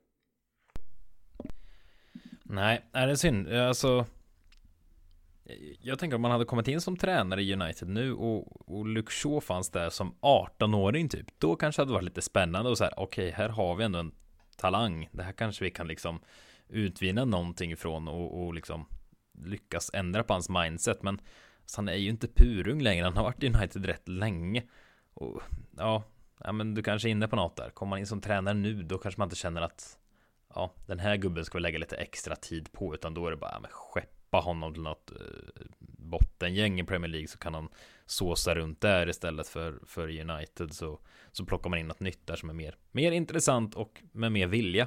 Nej, är det synd. Alltså, jag tänker om man hade kommit in som tränare i United nu och, och Luke Shaw fanns där som arton-åring typ, då kanske det hade varit lite spännande och så här, okej, okay, här har vi ändå en talang. Det här kanske vi kan liksom utvinna någonting ifrån och, och liksom lyckas ändra på hans mindset. Men alltså, han är ju inte purung längre. Han har varit i United rätt länge. Och ja, ja, men du kanske är inne på något där. Kommer man in som tränare nu, då kanske man inte känner att ja, den här gubben ska vi lägga lite extra tid på, utan då är det bara ja, men skeppa honom till något eh, bottengäng i Premier League, så kan han såsa runt där istället för, för United, så, så plockar man in något nytt där som är mer, mer intressant och med mer vilja.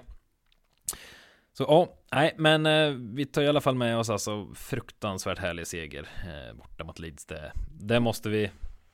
Så ja, nej, men eh, vi tar i alla fall med oss alltså fruktansvärt härlig seger eh, borta mot Leeds. Det, det måste vi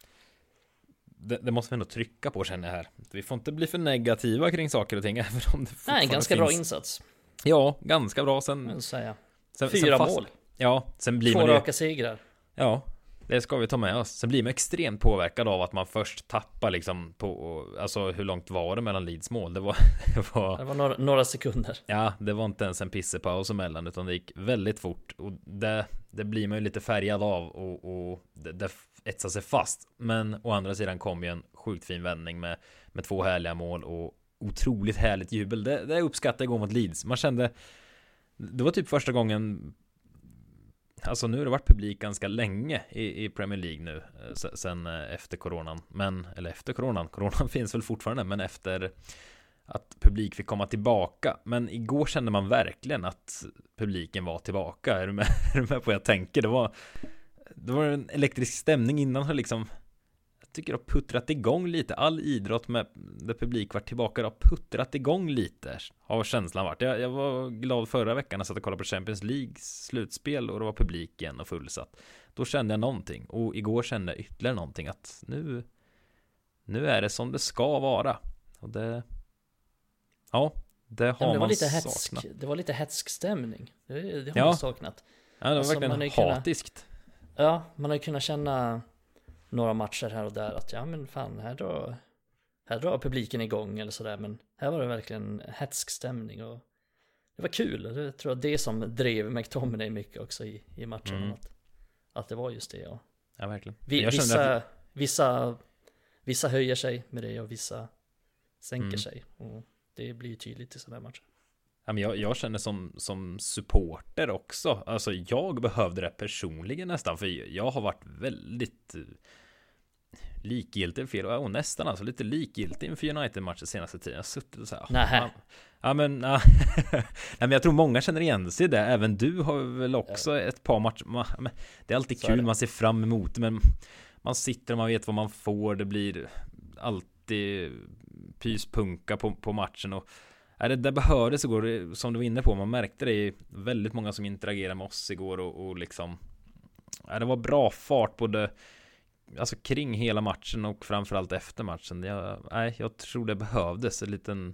Det, det måste vi ändå trycka på, känner jag här. Vi får inte bli för negativa kring saker och ting, även om det Nej, en ganska finns... bra insats. Ja, ganska bra. Sen, säga. sen Fyra sen fast... mål. Ja, sen blir Två man ju... raka segrar. Ja, det ska vi ta med oss. Sen blir man extremt påverkad av att man först tappar liksom på... Alltså, hur långt var det mellan Leeds mål? Det var... det var, det var några, några sekunder. Ja, det var inte ens en pissepaus emellan, utan det gick väldigt fort. Och det, det blir man ju lite färgad av, och, och det, det etsar sig fast. Men å andra sidan kom ju en sjukt fin vändning med, med två härliga mål och otroligt härligt jubel. Det, det uppskattar jag gå mot Leeds. Man kände... Det var typ första gången... Alltså nu har det varit publik ganska länge i, i Premier League nu, sen efter coronan. Men, eller efter coronan, coronan finns väl fortfarande, men efter att publik fick komma tillbaka. Men igår kände man verkligen att publiken var tillbaka. Är du med, är du med på vad jag tänker? Det var, det var en elektrisk stämning innan, har liksom, jag tycker det har puttrat igång lite. All idrott med där publik var tillbaka har puttrat igång lite, har känslan varit. Jag, jag var glad förra veckan när jag satt och kollade på Champions League slutspel och det var publik igen och fullsatt. Då kände jag någonting, och igår kände jag ytterligare någonting, att nu nu är det som det ska vara. Och det ja, det har ja, det man lite saknat. Hetsk, det var lite hetsk stämning. Det, det har ja. man saknat. Ja, det var alltså, verkligen hatiskt. Kunnat, ja, man har ju kunnat känna några matcher här och där att ja, men fan, här drar, här drar publiken igång eller sådär, men här var det verkligen hetsk stämning och det var kul. Det tror jag det som drev McTominay mycket också i, i matchen, mm. att, att det var just det. Ja, ja verkligen. Vi, vissa, att... vissa, vissa höjer sig med det och vissa sänker mm. sig, och det blir ju tydligt i sådana här matcher. Ja, men jag, jag känner som, som supporter också. Alltså jag behövde det personligen nästan. För jag har varit väldigt likgiltig för och nästan alltså lite likgiltig inför United-matcher senaste tiden. Jag har suttit och så här. Nej. Ja, men, ja. Nej, men jag tror många känner igen sig det. Även du har väl också ja. ett par matcher. Men det är alltid så kul, är man ser fram emot det. Men man sitter och man vet vad man får. Det blir alltid pyspunka på, på matchen. Och det, det behövdes igår, som du var inne på. Man märkte det i väldigt många som interagerade med oss igår. Och, och liksom, ja, det var bra fart både alltså kring hela matchen och framförallt efter matchen. Jag, nej, jag tror det behövdes en liten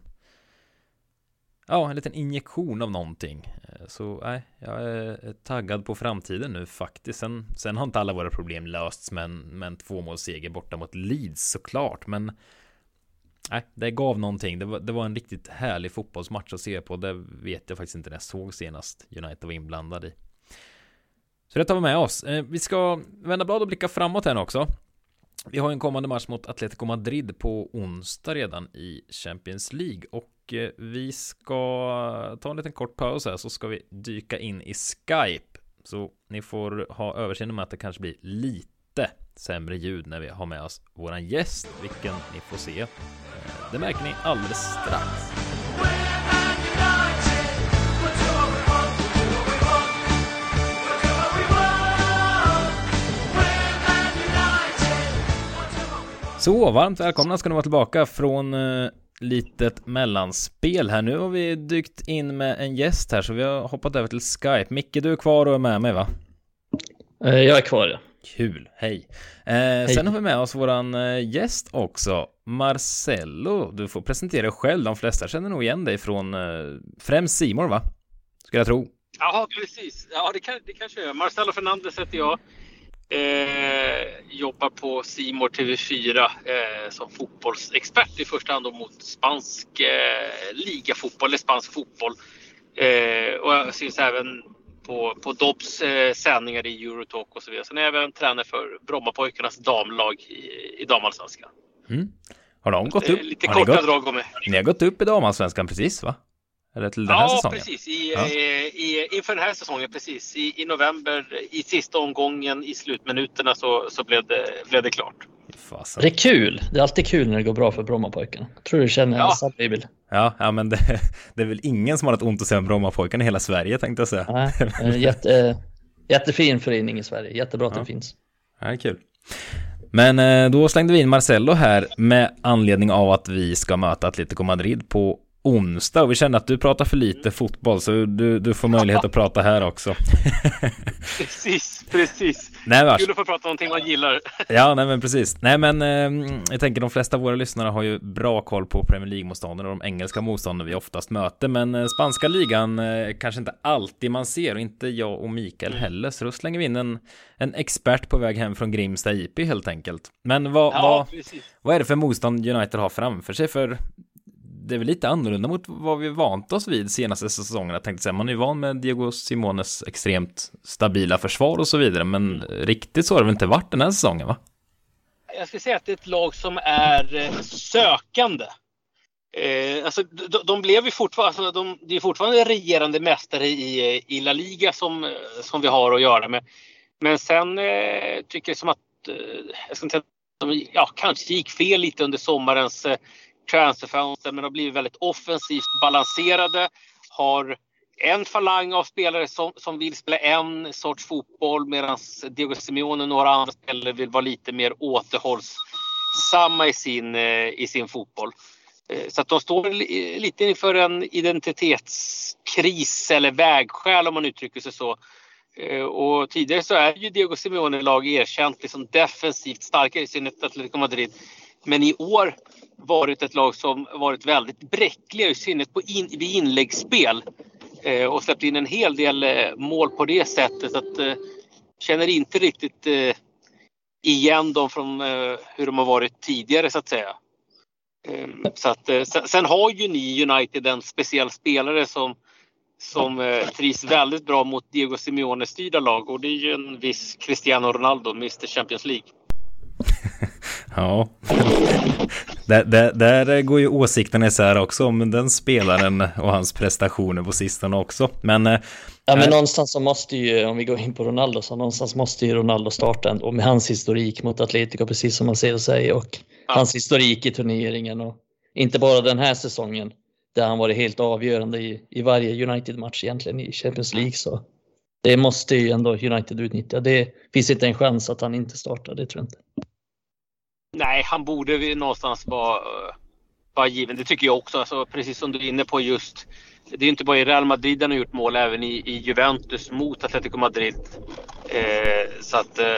ja, en liten injektion av någonting. Så nej, jag är taggad på framtiden nu faktiskt. Sen, sen har inte alla våra problem lösts med en, med en tvåmålsseger borta mot Leeds såklart. Men nej, det gav någonting. Det var, det var en riktigt härlig fotbollsmatch att se på. Det vet jag faktiskt inte när jag såg senast United var inblandad i. Så det tar vi med oss. Vi ska vända blad och blicka framåt här också. Vi har en kommande match mot Atletico Madrid på onsdag redan i Champions League. Och vi ska ta en liten kort paus här, så ska vi dyka in i Skype. Så ni får ha överseende med att det kanske blir lite sämre ljud när vi har med oss våran gäst, vilken ni får se. Det märker ni alldeles strax. Så, varmt välkomna ska ni vara tillbaka från uh, litet mellanspel här. Nu har vi dykt in med en gäst här, så vi har hoppat över till Skype. Micke, du är kvar och är med mig, va? Uh, jag är kvar, ja. Kul, hej. Uh, hej. Sen har vi med oss våran uh, gäst också, Marcelo. Du får presentera dig själv. De flesta känner nog igen dig från uh, främst C More, va? Ska jag tro. Ja, precis. Ja, det, kan, det kanske är. Marcelo Fernandes heter jag. Eh, jobbar på C More T V fyra eh, som fotbollsexpert i första hand mot spansk eh, ligafotboll eller spansk fotboll. Eh, och jag syns även på, på Dobbs eh, sändningar i Eurotalk och så vidare. Sen är jag även tränare för Brommapojkarnas damlag i, i damallsvenskan. Mm. Har de gått upp? Lite har korta gått, drag om mig. Ni har gått upp i damallsvenskan precis, va? Eller till den här ja, säsongen? Precis. I, Ja, i, inför den här säsongen, precis. I, i november, i sista omgången, i slutminuterna så, så blev, det, blev det klart. fasen. Det är kul. Det är alltid kul när det går bra för Brommapojkarna. Jag tror du känner Ja. samma bild. Ja, ja men det, det är väl ingen som har något ont att säga om Brommapojkarna i hela Sverige, tänkte jag säga. Nej, en jätte, jättefin förening i Sverige. Jättebra att Ja. den finns. Ja, det är kul. Men eh, då slängde vi in Marcelo här med anledning av att vi ska möta Atletico Madrid på onsdag. Och vi känner att du pratar för lite fotboll, så du, du får möjlighet att prata här också. Precis, precis. Nej, vars. Kul att få prata om någonting man gillar. Ja, nej men precis. Nej men eh, jag tänker de flesta av våra lyssnare har ju bra koll på Premier League-motståndare och de engelska motståndare vi oftast möter. Men eh, spanska ligan eh, kanske inte alltid man ser, och inte jag och Mikael heller. Så då slänger vi in en, en expert på väg hem från Grimsta I P helt enkelt. Men vad, Ja, vad, precis. vad är det för motstånd United har framför sig? För det är väl lite annorlunda mot vad vi vant oss vid senaste säsongen. Jag tänkte säga, man är ju van med Diego Simones extremt stabila försvar och så vidare, men riktigt så har det väl inte varit den här säsongen, va? Jag skulle säga att det är ett lag som är eh, sökande. Eh, alltså, de, de blev ju fortfarande, alltså, de, det är fortfarande regerande mästare i, i La Liga som, som vi har att göra med. Men sen eh, tycker jag som att eh, jag ska inte säga att de ja, kanske gick fel lite under sommarens eh, transferfönster, men har blivit väldigt offensivt balanserade. Har en falang av spelare som, som vill spela en sorts fotboll, medan Diego Simeone och några andra spelare vill vara lite mer återhållsamma i sin, i sin fotboll. Så att de står lite inför en identitetskris eller vägskäl, om man uttrycker sig så. Och tidigare så är ju Diego Simeone lag erkänt liksom defensivt starkare i sin Atletico Madrid. Men i år varit ett lag som varit väldigt bräckliga, i synnerhet på in, vid inläggsspel. Eh, och släppt in en hel del eh, mål på det sättet. Att eh, känner inte riktigt eh, igen dem från eh, hur de har varit tidigare, så att säga. Eh, så att, eh, sen, sen har ju ni United en speciell spelare som, som eh, trivs väldigt bra mot Diego Simeone styrda lag. Och det är ju en viss Cristiano Ronaldo, mister Champions League. Ja, där, där, där går ju åsikterna isär också om den spelaren och hans prestationer på sistone också. Men, ja, men äh, någonstans så måste ju, om vi går in på Ronaldo, så någonstans måste ju Ronaldo starta ändå med hans historik mot Atletico, precis som man ser och säger, och ja. Hans historik i turneringen, och inte bara den här säsongen där han varit helt avgörande i, i varje United-match egentligen i Champions League. Så det måste ju ändå United utnyttja. Det finns inte en chans att han inte startar, det tror jag inte. Nej, han borde vi någonstans vara, vara given. Det tycker jag också. Alltså, precis som du är inne på, just det är inte bara i Real Madrid han har gjort mål, även i, i Juventus mot Atletico Madrid. Eh, så att eh,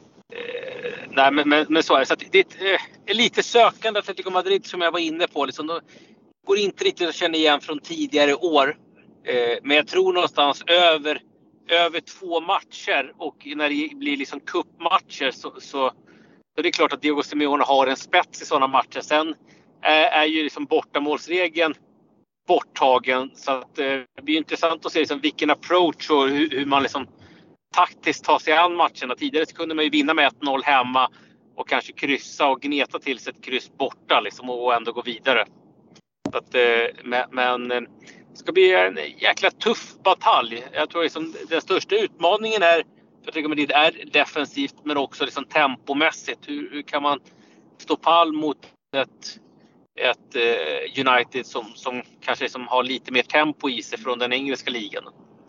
nej, men, men, men så är det. Så att det är ett, eh, lite sökande Atletico Madrid som jag var inne på. Liksom, de går inte riktigt att känna igen från tidigare år. Eh, men jag tror någonstans över, över två matcher, och när det blir liksom cupmatcher så, så Så det är klart att Diego Simeone har en spets i sådana matcher. Sen är, är ju liksom bortamålsregeln borttagen. Så att, eh, det blir intressant att se liksom vilken approach och hur, hur man liksom taktiskt tar sig an matcherna. Tidigare så kunde man ju vinna med ett noll hemma och kanske kryssa och gneta till sig ett kryss borta liksom, och ändå gå vidare. Så att, eh, men, men det ska bli en jäkla tuff batalj. Jag tror liksom den största utmaningen är Jag tycker att det är defensivt, men också liksom tempomässigt. Hur, hur kan man stå pall mot ett, ett uh, United som, som kanske liksom har lite mer tempo i sig från den engelska ligan?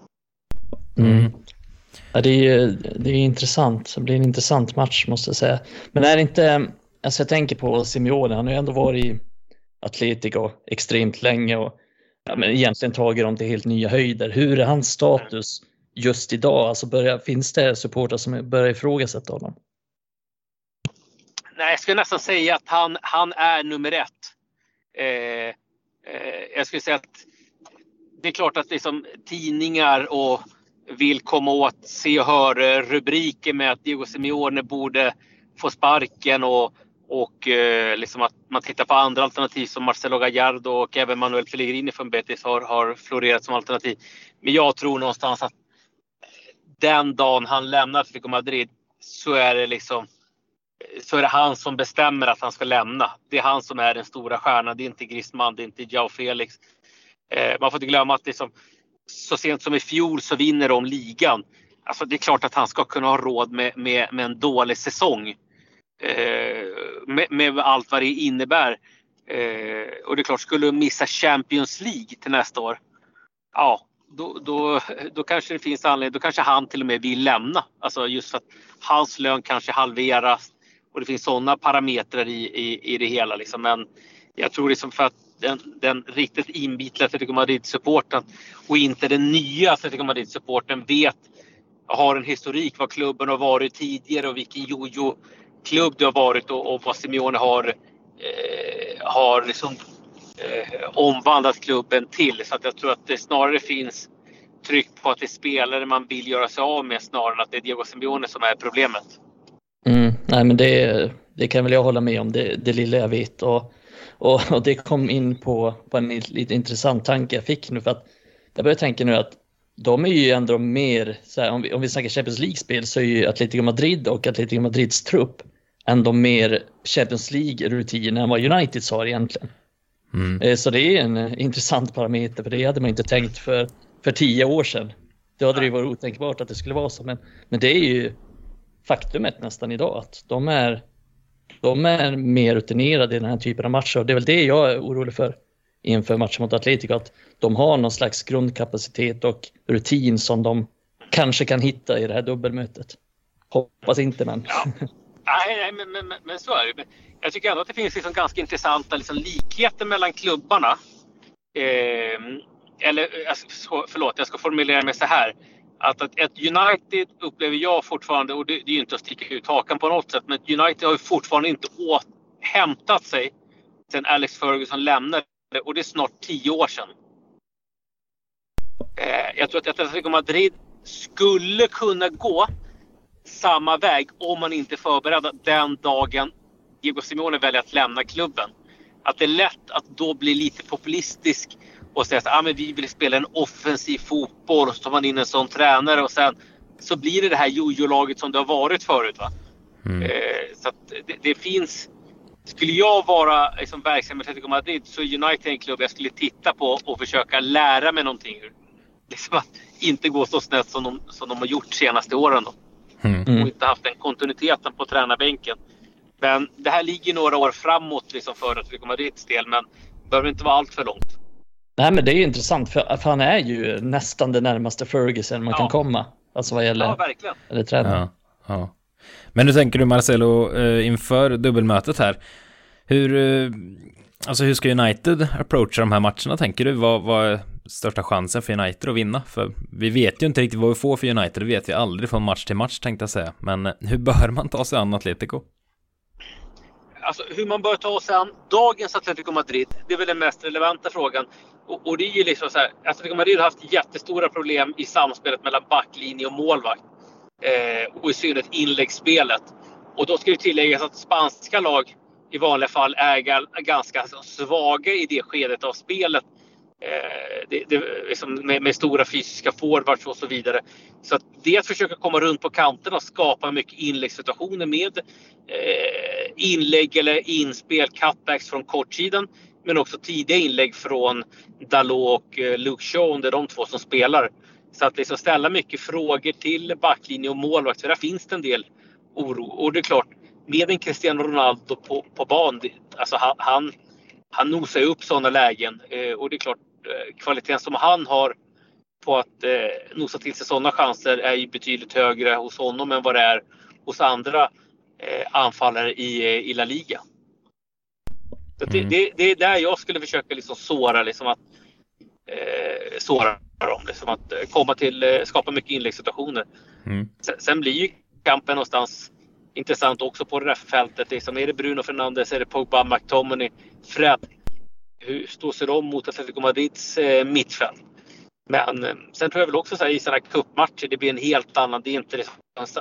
Mm. Ja, det är ju det är intressant. Det blir en intressant match, måste jag säga. Men är det inte, alltså jag tänker på Simeone, han har ju ändå varit i Atletico extremt länge och ja, men egentligen tagit dem till helt nya höjder. Hur är hans status just idag? Alltså börjar, finns det supportrar som börjar ifrågasätta honom? Nej, jag skulle nästan säga att han, han är nummer ett. Eh, eh, jag skulle säga att det är klart att liksom tidningar och vill komma åt, se och höra rubriker med att Diego Simeone borde få sparken, och, och eh, liksom att man tittar på andra alternativ som Marcelo Gallardo och även Manuel Pellegrini från Betis har, har florerat som alternativ. Men jag tror någonstans att den dagen han lämnar Atletico Madrid så är det liksom så är det han som bestämmer att han ska lämna. Det är han som är den stora stjärnan. Det är inte Griezmann, det är inte João Felix. Eh, man får inte glömma att det som, så sent som i fjol så vinner de ligan. Alltså det är klart att han ska kunna ha råd med, med, med en dålig säsong. Eh, med, med allt vad det innebär. Eh, och det är klart, skulle de missa Champions League till nästa år. Ja, då, då, då kanske det finns anledning. Då kanske han till och med vill lämna. Alltså just för att hans lön kanske halveras. Och det finns sådana parametrar i, i, i det hela. Liksom. Men jag tror liksom för att den, den riktigt inbitla Atletico Madrid-supporten och inte den nya Atletico Madrid-supporten vet, har en historik vad klubben har varit tidigare och vilken jojo-klubb det har varit och, och vad Simeone har, eh, har liksom, eh, omvandlat klubben till. Så att jag tror att det snarare finns tryck på att det är spelare man vill göra sig av med snarare än att det är Diego Simeone som är problemet. Mm, nej men det, det kan väl jag hålla med om, det, det lilla jag vet. Och, och, och det kom in på, på en lite intressant tanke jag fick nu, för att jag börjar tänka nu att de är ju ändå mer, så här, om, vi, om vi snackar Champions League-spel så är ju Atletico Madrid och Atletico Madrids trupp ändå mer Champions League-rutin än vad Uniteds har egentligen. Mm. Så det är en intressant parameter, för det hade man inte tänkt för, för tio år sedan. Då hade det ju varit otänkbart att det skulle vara så, men, men det är ju faktumet nästan idag att de är, de är mer rutinerade i den här typen av matcher, och det är väl det jag är orolig för inför matchen mot Atletico, att de har någon slags grundkapacitet och rutin som de kanske kan hitta i det här dubbelmötet. Hoppas inte, men... Ja. Nej, nej men, men, men så är det. Jag tycker ändå att det finns liksom ganska intressanta liksom likheter mellan klubbarna. Eh, eller, förlåt, jag ska formulera mig så här. Att, att ett United upplever jag fortfarande, och det, det är ju inte att sticka ut hakan på något sätt, men United har ju fortfarande inte återhämtat sig sedan Alex Ferguson lämnade, och det är snart tio år sedan. Eh, jag tror att Atletico Madrid skulle kunna gå samma väg om man inte förbereder den dagen Diego Simeone väljer att lämna klubben. Att det är lätt att då bli lite populistisk och säga att ah, men vi vill spela en offensiv fotboll, och så tar man in en sån tränare och sen så blir det det här jojo-laget som det har varit förut, va? Mm. Eh, så att det, det finns, skulle jag vara liksom verksam med Atletico Madrid, så United är en klubb jag skulle titta på och försöka lära mig någonting ur. Liksom att inte gå så snett som de, som de har gjort senaste åren då. Mm. Och inte haft den kontinuiteten på tränarbänken. Men det här ligger några år framåt liksom för Atletico Madrids del, men behöver inte vara allt för långt. Nej, men det är ju intressant, för, för han är ju nästan det närmaste Ferguson man ja. kan komma. Alltså vad gäller, ja, verkligen. Eller tränare. Ja, ja. Men hur tänker du, Marcelo, inför dubbelmötet här? Hur, alltså hur ska United approacha de här matcherna, tänker du? Vad, vad är största chansen för United att vinna? För vi vet ju inte riktigt vad vi får för United. Det vet vi aldrig från match till match, tänkte jag säga. Men hur bör man ta sig an Atletico? Alltså hur man bör ta sig an dagens Atletico Madrid, det är väl den mest relevanta frågan. Och, och det är ju liksom så här, Atletico Madrid har haft jättestora problem i samspelet mellan backlinje och målvakt. Eh, och i synnerhet inläggsspelet. Och då ska ju tilläggas att spanska lag i vanliga fall är ganska svaga i det skedet av spelet. Eh, det, det, liksom med, med stora fysiska forwards och så vidare. Så att det att försöka komma runt på kanterna och skapa mycket inläggssituationer med eh, inlägg eller inspel, cutbacks från kortsidan. Men också tidiga inlägg från Dalot och eh, Luke Shaw, det är de två som spelar. Så att liksom ställa mycket frågor till backlinje och målvakt, för där finns det en del oro. Och det är klart, med en Cristiano Ronaldo på, på ban, alltså han, han, han nosar upp sådana lägen. Eh, och det är klart, eh, kvaliteten som han har på att eh, nosa till sig sådana chanser är ju betydligt högre hos honom än vad det är hos andra eh, anfallare i, i La Liga. Så det, mm. det, det är där jag skulle försöka liksom såra, liksom att eh, såra dem, liksom att komma till, eh, skapa mycket inläggssituationer. Mm. Sen, sen blir ju kampen någonstans intressant också på det där fältet. Liksom, är det Bruno Fernandes, är det Pogba, McTominay, Fred? Hur står sig de mot Atletico Madrids eh, mittfält? Men eh, sen tror jag väl också så här, i sådana här cupmatcher, det blir en helt annan, det är inte liksom,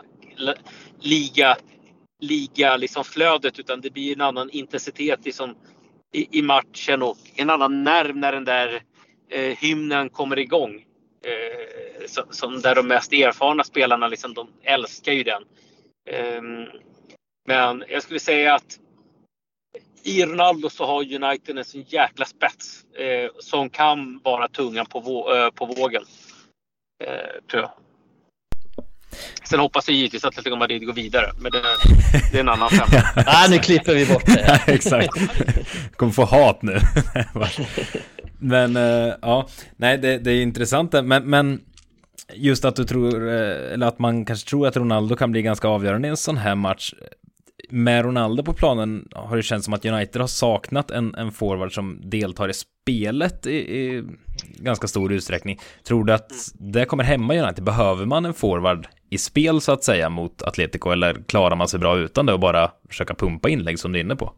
liga liga liksom flödet, utan det blir en annan intensitet liksom, i, i matchen, och en annan nerv när den där eh, hymnen kommer igång. Eh, så, som där de mest erfarna spelarna liksom, de älskar ju den. Eh, men jag skulle säga att i Ronaldo så har United en sån jäkla spets eh, som kan vara tungan på, vå- eh, på vågen. Eh, tror jag. Sen hoppas jag givetvis att Atletico Madrid går vidare, men det, det är en annan femma. Nej, nu klipper vi bort det. Ja, exakt. Kommer få hat nu. Men uh, ja, nej det, det är intressant. Men, men just att du tror, eller att man kanske tror att Ronaldo kan bli ganska avgörande i en sån här match. Med Ronaldo på planen har det känts som att United har saknat en, en forward som deltar i spelet i, i ganska stor utsträckning. Tror du att det kommer hemma i United? Behöver man en forward i spel så att säga mot Atletico, eller klarar man sig bra utan det och bara försöka pumpa inlägg som du är inne på?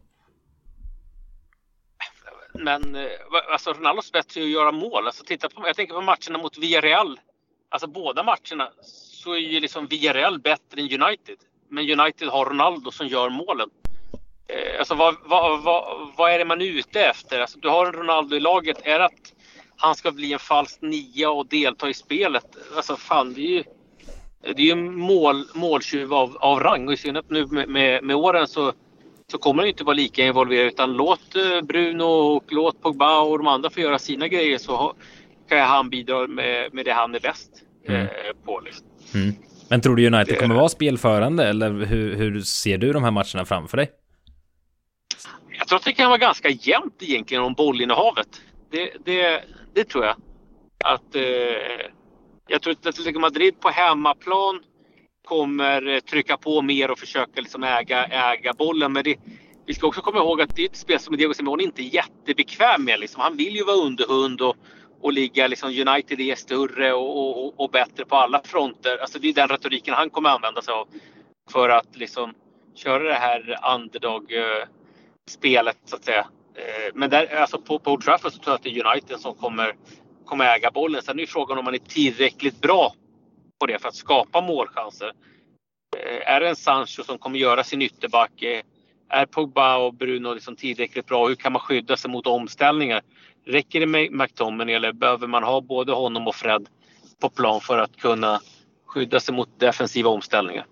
Men alltså Ronaldos bättre att göra mål. Alltså, titta på, jag tänker på matcherna mot Villarreal. Alltså båda matcherna så är ju liksom Villarreal bättre än United. Men United har Ronaldo som gör målen. Eh, alltså vad, vad, vad, vad är det man är ute efter? Alltså, du har en Ronaldo i laget. Är det att han ska bli en falsk nia och delta i spelet? Alltså fan, det är ju, det är ju mål, måltjuv av, av rang. Och i synnerhet nu med, med, med åren så, så kommer han inte vara lika involverad. Utan låt Bruno och låt Pogba och de andra få göra sina grejer, så kan han bidra med, med det han är bäst mm. eh, på. Liksom. Mm. Men tror du United det... kommer vara spelförande, eller hur, hur ser du de här matcherna framför dig? Jag tror att det kan vara ganska jämnt egentligen om bollinnehavet. Det, det, det tror jag. Att, eh, jag tror att Atletico Madrid på hemmaplan kommer trycka på mer och försöka liksom äga, äga bollen. Men det, vi ska också komma ihåg att det är ett spel som Diego Simeone inte är jättebekväm med. Liksom. Han vill ju vara underhund och och ligga liksom United är större och, och, och bättre på alla fronter. Alltså det är den retoriken han kommer använda sig av för att liksom köra det här underdog-spelet så att säga. Men där, alltså på, på Old Trafford så tror jag att det är United som kommer, kommer äga bollen. Sen är ju frågan om man är tillräckligt bra på det för att skapa målchanser. Är det en Sancho som kommer göra sin ytterback? Är Pogba och Bruno liksom tillräckligt bra? Hur kan man skydda sig mot omställningar? Räcker det med McTominay eller behöver man ha både honom och Fred på plan för att kunna skydda sig mot defensiva omställningar?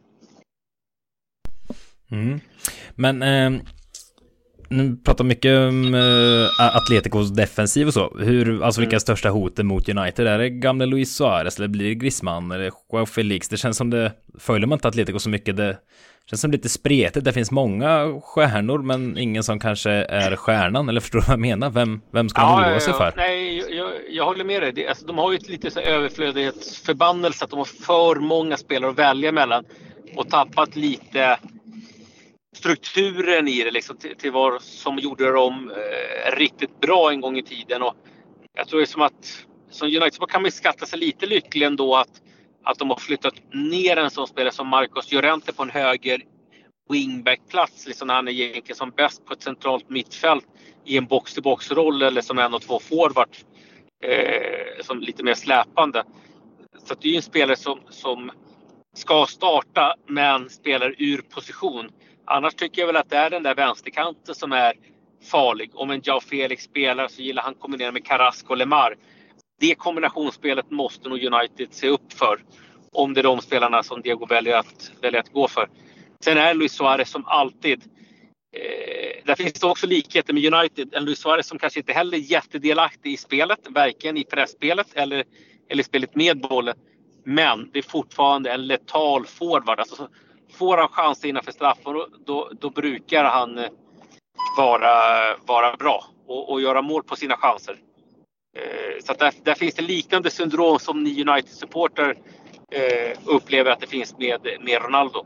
Mm. Men eh, nu pratar mycket om eh, Atleticos defensiv och så. Hur, alltså vilka mm. största hoten mot United? Är det gamla Luis Suarez eller blir det Griezmann eller Joao Felix? Det känns som det, följer man inte Atletico så mycket, det känns som lite spretigt. Det finns många stjärnor men ingen som kanske är stjärnan, eller förstår du vad jag menar? Vem, vem ska man ja, oroa sig för? Ja, nej, jag, jag håller med dig. Det, alltså, de har ju ett lite så överflödighetsförbannelse att de har för många spelare att välja mellan och tappat lite strukturen i det liksom, till, till vad som gjorde dem eh, riktigt bra en gång i tiden. Och jag tror det är som att som United så kan man skatta sig lite lycklig ändå att att de har flyttat ner en sån spelare som Marcos Llorente på en höger wingback-plats. Liksom när han är egentligen som bäst på ett centralt mittfält i en box-to-box-roll eller som en och två forward. Eh, som lite mer släpande. Så det är ju en spelare som, som ska starta men spelar ur position. Annars tycker jag väl att det är den där vänsterkanten som är farlig. Om en Joao Felix spelar så gillar han kombinera med Carrasco och Lemar. Det kombinationsspelet måste nog United se upp för. Om det är de spelarna som Diego väljer att, väljer att gå för. Sen är Luis Suarez som alltid. Eh, där finns det också likheter med United. En Luis Suarez som kanske inte heller är jättedelaktig i spelet. Varken i pressspelet eller, eller spelet med bollen. Men det är fortfarande en letal forward. Alltså, får han chanser innanför straffen då, då, då brukar han vara, vara bra. Och, och göra mål på sina chanser. Så att där, där finns det liknande syndrom som ni United-supporter eh, upplever att det finns med, med Ronaldo.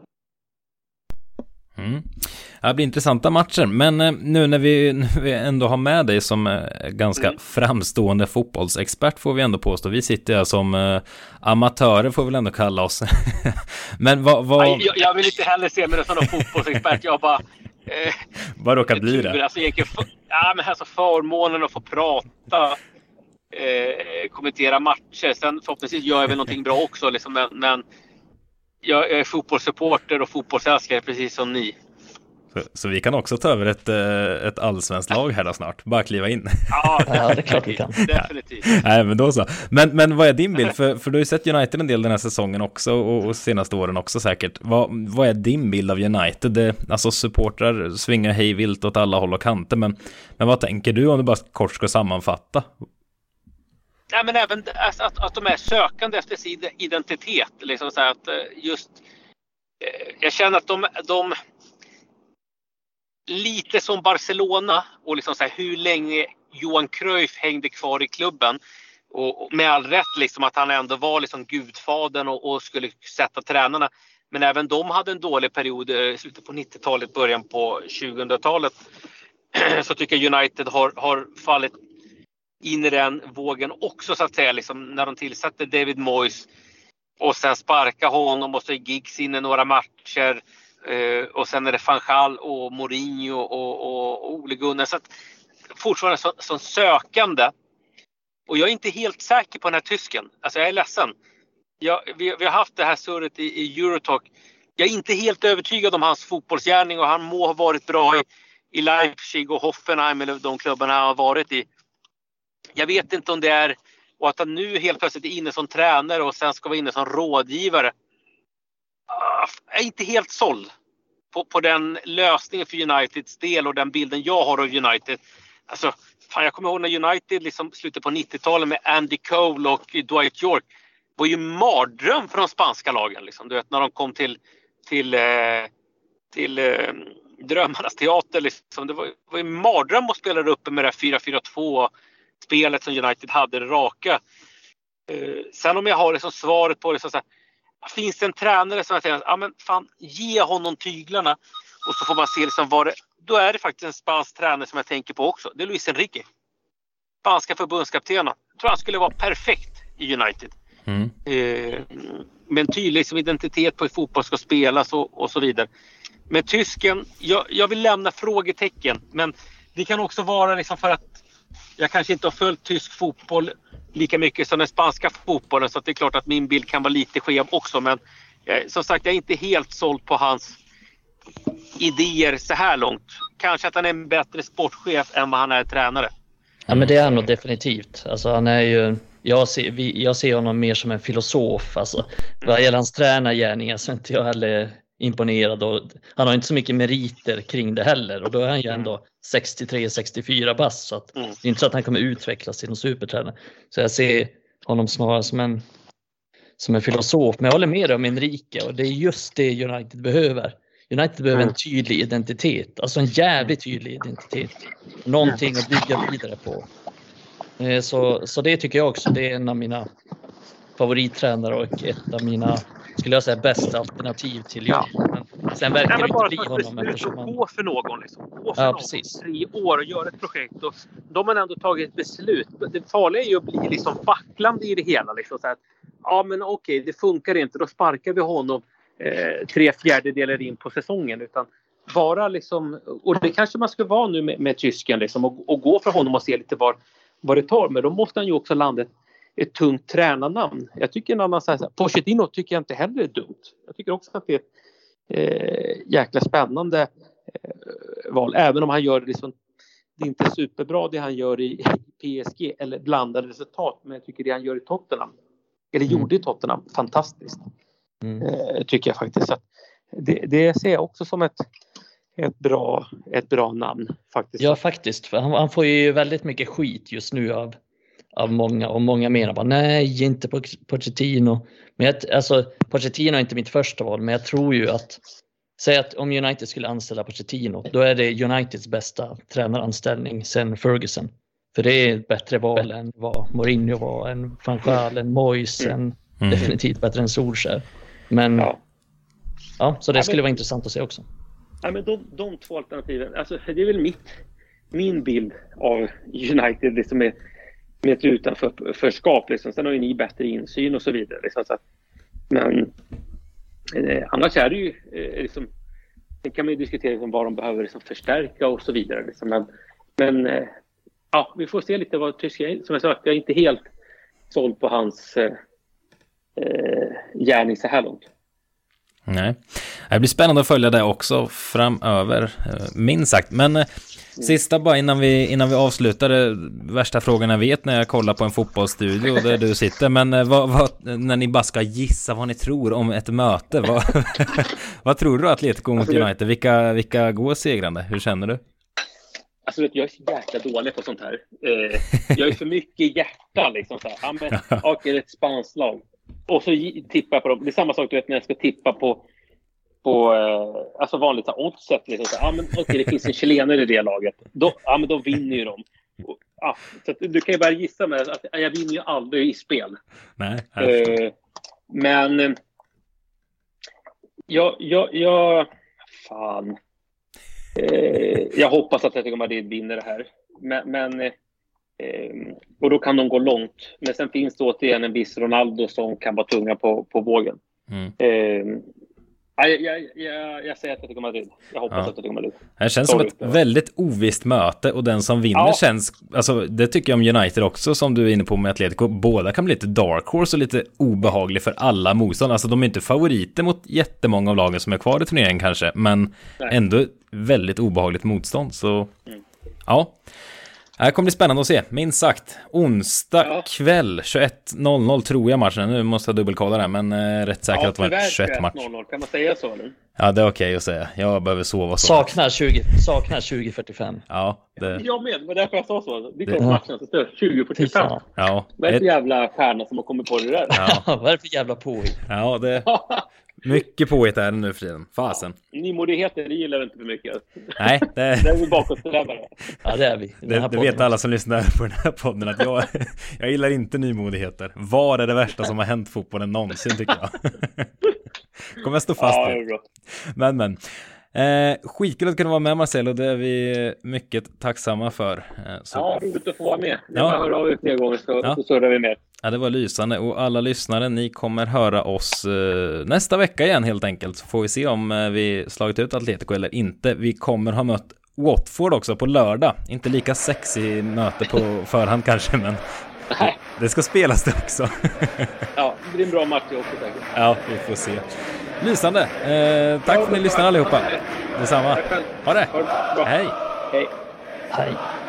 Mm. Det blir intressanta matcher. Men eh, nu när vi, när vi ändå har med dig som eh, ganska mm. framstående fotbollsexpert får vi ändå påstå. Vi sitter här som eh, amatörer får vi väl ändå kalla oss. Men vad... vad... Ja, jag, jag vill inte heller se mig som någon fotbollsexpert. Jag bara... Eh, vad råkar bli det? Alltså, för, ja, men alltså förmånen att få prata, eh, kommentera matcher. Sen förhoppningsvis gör jag väl någonting bra också. Liksom, men, men jag är fotbollssupporter och fotbollsälskare precis som ni. Så vi kan också ta över ett, ett allsvenskt lag här då snart. Bara kliva in. Ja, Ja, det är klart vi kan. Definitivt. Nej, men då så. Men, men vad är din bild? För, för du har ju sett United en del den här säsongen också och, och senaste åren också säkert. Vad, vad är din bild av United? Det, alltså supportrar svingar hej vilt åt alla håll och kanter. Men, men vad tänker du om du bara kort ska sammanfatta? Ja, men även att, att, att de är sökande efter sin identitet. Liksom så här att just... Jag känner att de... de lite som Barcelona och liksom så här, hur länge Johan Cruyff hängde kvar i klubben och med all rätt liksom att han ändå var liksom gudfadern och, och skulle sätta tränarna, men även de hade en dålig period i slutet på nittiotalet, början på tjugohundratalet. Så tycker jag United har, har fallit in i den vågen också, så att säga, liksom, när de tillsatte David Moyes och sen sparka honom och så Giggs in i några matcher. Uh, och sen är det Van Gaal och Mourinho och, och, och Ole Gunnar. Så att fortfarande som, som sökande. Och jag är inte helt säker på den här tysken. Alltså jag är ledsen. Jag, vi, vi har haft det här surret i, i Eurotalk. Jag är inte helt övertygad om hans fotbollsgärning. Och han må ha varit bra i, i Leipzig och Hoffenheim eller de klubbarna han har varit i. Jag vet inte om det är... Och att han nu helt plötsligt är inne som tränare och sen ska vara inne som rådgivare. Jag är inte helt såld på, på den lösningen för Uniteds del och den bilden jag har av United. Alltså, fan, jag kommer ihåg när United liksom slutet på nittiotalet med Andy Cole och Dwight York var ju mardröm för de spanska lagen. Liksom. Du vet, när de kom till, till, eh, till eh, Drömmarnas teater. Liksom. Det var, var ju mardröm att spela uppe med det fyra fyra två spelet som United hade, det raka. Eh, sen om jag har liksom svaret på det så, så här, finns det en tränare som jag säger, ja men fan, ge honom tyglarna och så får man se liksom vad det, då är det faktiskt en spansk tränare som jag tänker på också. Det är Luis Enrique. Spanska förbundskaptenen. Jag tror han skulle vara perfekt i United. Mm. Eh, med en tydlig liksom, identitet på hur fotboll ska spelas och, och så vidare. Men tysken, jag, jag vill lämna frågetecken, men det kan också vara liksom för att jag kanske inte har följt tysk fotboll lika mycket som den spanska fotbollen, så att det är klart att min bild kan vara lite skev också, men eh, som sagt, jag är inte helt såld på hans idéer så här långt. Kanske att han är en bättre sportchef än vad han är tränare. Ja, men det är han nog definitivt. Alltså han är ju, jag ser, vi, jag ser honom mer som en filosof. Alltså, vad gäller hans tränargärningar så är inte jag heller imponerad. Och han har inte så mycket meriter kring det heller. Och då är han ju ändå sextiotre sextiofyra bass. Så att, mm. det är inte så att han kommer utvecklas till någon supertränare. Så jag ser honom snarare som en, som en filosof. Men jag håller med om Enrique. Och det är just det United behöver. United behöver en tydlig identitet. Alltså en jävligt tydlig identitet. Någonting att bygga vidare på. Så, så det tycker jag också. Det är en av mina favorittränare och ett av mina, skulle jag säga, bästa alternativ till ja. Men sen verkar det inte bli honom eftersom man... gå för någon liksom. Gå för ja, någon precis. tre år och göra ett projekt. Och de har ändå tagit ett beslut. Det farliga är ju att bli liksom vacklande i det hela. Liksom, så att, ja men okej, det funkar inte. Då sparkar vi honom eh, tre fjärdedelar in på säsongen. Utan bara liksom, och det kanske man ska vara nu med, med tysken liksom, och, och gå för honom och se lite var, vad det tar. Men då måste han ju också landa ett, ett tungt tränarnamn. Jag tycker en annan så här, Pochettino tycker jag inte heller är dumt. Jag tycker också att det är ett eh, jäkla spännande eh, val. Även om han gör det liksom, det är inte superbra det han gör i P S G eller blandade resultat. Men jag tycker det han gör i Tottenham, eller mm. gjorde i Tottenham, fantastiskt. Mm. Eh, tycker jag faktiskt. Så det, det ser jag också som ett Ett bra, ett bra namn faktiskt. Ja, faktiskt. För han, han får ju väldigt mycket skit just nu av, av många. Och många menar bara, nej, inte på Pochettino. Men jag, alltså, Pochettino är inte mitt första val. Men jag tror ju att, säg att om United skulle anställa Pochettino, då är det Uniteds bästa tränaranställning sen Ferguson. För det är ett bättre val än vad Mourinho var, än Van Gaal, än Moyes, mm. än mm. definitivt bättre än Solskjaer. Men ja, ja så det skulle vara intressant att se också. Ja, men de, de två alternativen, alltså det är väl mitt, min bild av United liksom med, med ett utanförskap. Liksom. Sen har ju ni bättre insyn och så vidare. Liksom, så att, men eh, annars är det ju, eh, liksom, sen kan man ju diskutera liksom, vad de behöver liksom, förstärka och så vidare. Liksom. Men, men eh, ja, vi får se lite vad Tyskland, som jag sa, jag är inte helt såld på hans eh, gärning så här långt. Nej, det blir spännande att följa det också framöver, minst sagt. Men eh, sista bara innan vi, innan vi avslutar, det värsta frågan jag vet när jag kollar på en fotbollsstudio där du sitter. Men eh, vad, vad, när ni bara ska gissa vad ni tror om ett möte, vad, vad tror du Atletico mot United? Vilka, vilka går segrande? Hur känner du? Alltså vet, jag är så jäkla dålig på sånt här. Eh, jag är för mycket hjärta liksom så här. Ja, men, okej, det är ett spanskt lag. Och så tippar jag på dem. Det är samma sak du vet när jag ska tippa på på eh, alltså vanligt oddset liksom så här. Ja men okej, det finns en chilenare i det laget. Då ja men då vinner ju de. Och, ja, så att, du kan ju bara gissa med att jag vinner ju aldrig i spel. Nej. Eh, men eh, jag jag jag fan eh, jag hoppas att Atletico Madrid vinner det här. Men, men eh, och då kan de gå långt. Men sen finns det återigen en viss Ronaldo som kan vara tunga på, på vågen. Mm. Eh, jag, jag, jag, jag säger att Atletico Madrid. Jag hoppas ja. att Atletico Madrid. Det känns Sorry. som ett väldigt ovisst möte. Och den som vinner ja. känns, alltså det tycker jag om United också, som du är inne på med Atletico. Båda kan bli lite dark horse och lite obehaglig för alla motstånd. Alltså de är inte favoriter mot jättemånga av lagen som är kvar i turneringen kanske. Men Nej. ändå väldigt obehagligt motstånd. Så mm. ja. Det här kommer bli spännande att se, minst sagt. Onsdag ja. kväll, tjugoett noll noll tror jag matchen. Nu måste jag dubbelkolla det, men äh, rätt säkert ja, att det var en tjugoett-match. tjugoett noll noll, kan man säga så eller? Ja, det är okej okay att säga. Jag behöver sova så. Saknar tjugo, saknar tjugo fyrtiofem. Ja, det... Jag med, men därför jag sa så. Det är matchen så står tjugo fyrtiofem. Ja. Vad är det för jävla stjärna som har kommit på det där? Ja, vad är det för jävla påhitt? Ja, det... Mycket påhitt är det nu för tiden. Fasen. Ja, nymodigheter, det gillar vi inte för mycket. Nej, det, det är vi bakåtsträvare. Ja, det är vi. Det, det vet alla som lyssnar på den här podden att jag, jag gillar inte nymodigheter. Vad är det värsta som har hänt fotbollen någonsin tycker jag. Kommer jag stå fast ja, vid. Men, men. Eh, skitkul att kunna vara med Marcelo, det är vi mycket tacksamma för. Eh, så. Ja, roligt att få vara med. Jag ja. bara hör av er flera gånger så, ja. så surrar vi med. Ja, det var lysande. Och alla lyssnare, ni kommer höra oss eh, nästa vecka igen helt enkelt. Så får vi se om eh, vi slagit ut Atletico eller inte. Vi kommer ha mött Watford också på lördag. Inte lika sexy möte på förhand kanske, men Nej. det ska spelas det också. Ja, det blir en bra match också säkert. Ja, vi får se. Lysande. Eh, tack för att ni lyssnar allihopa. Detsamma. Ha det. Ha det bra. Hej. Hej. Hej.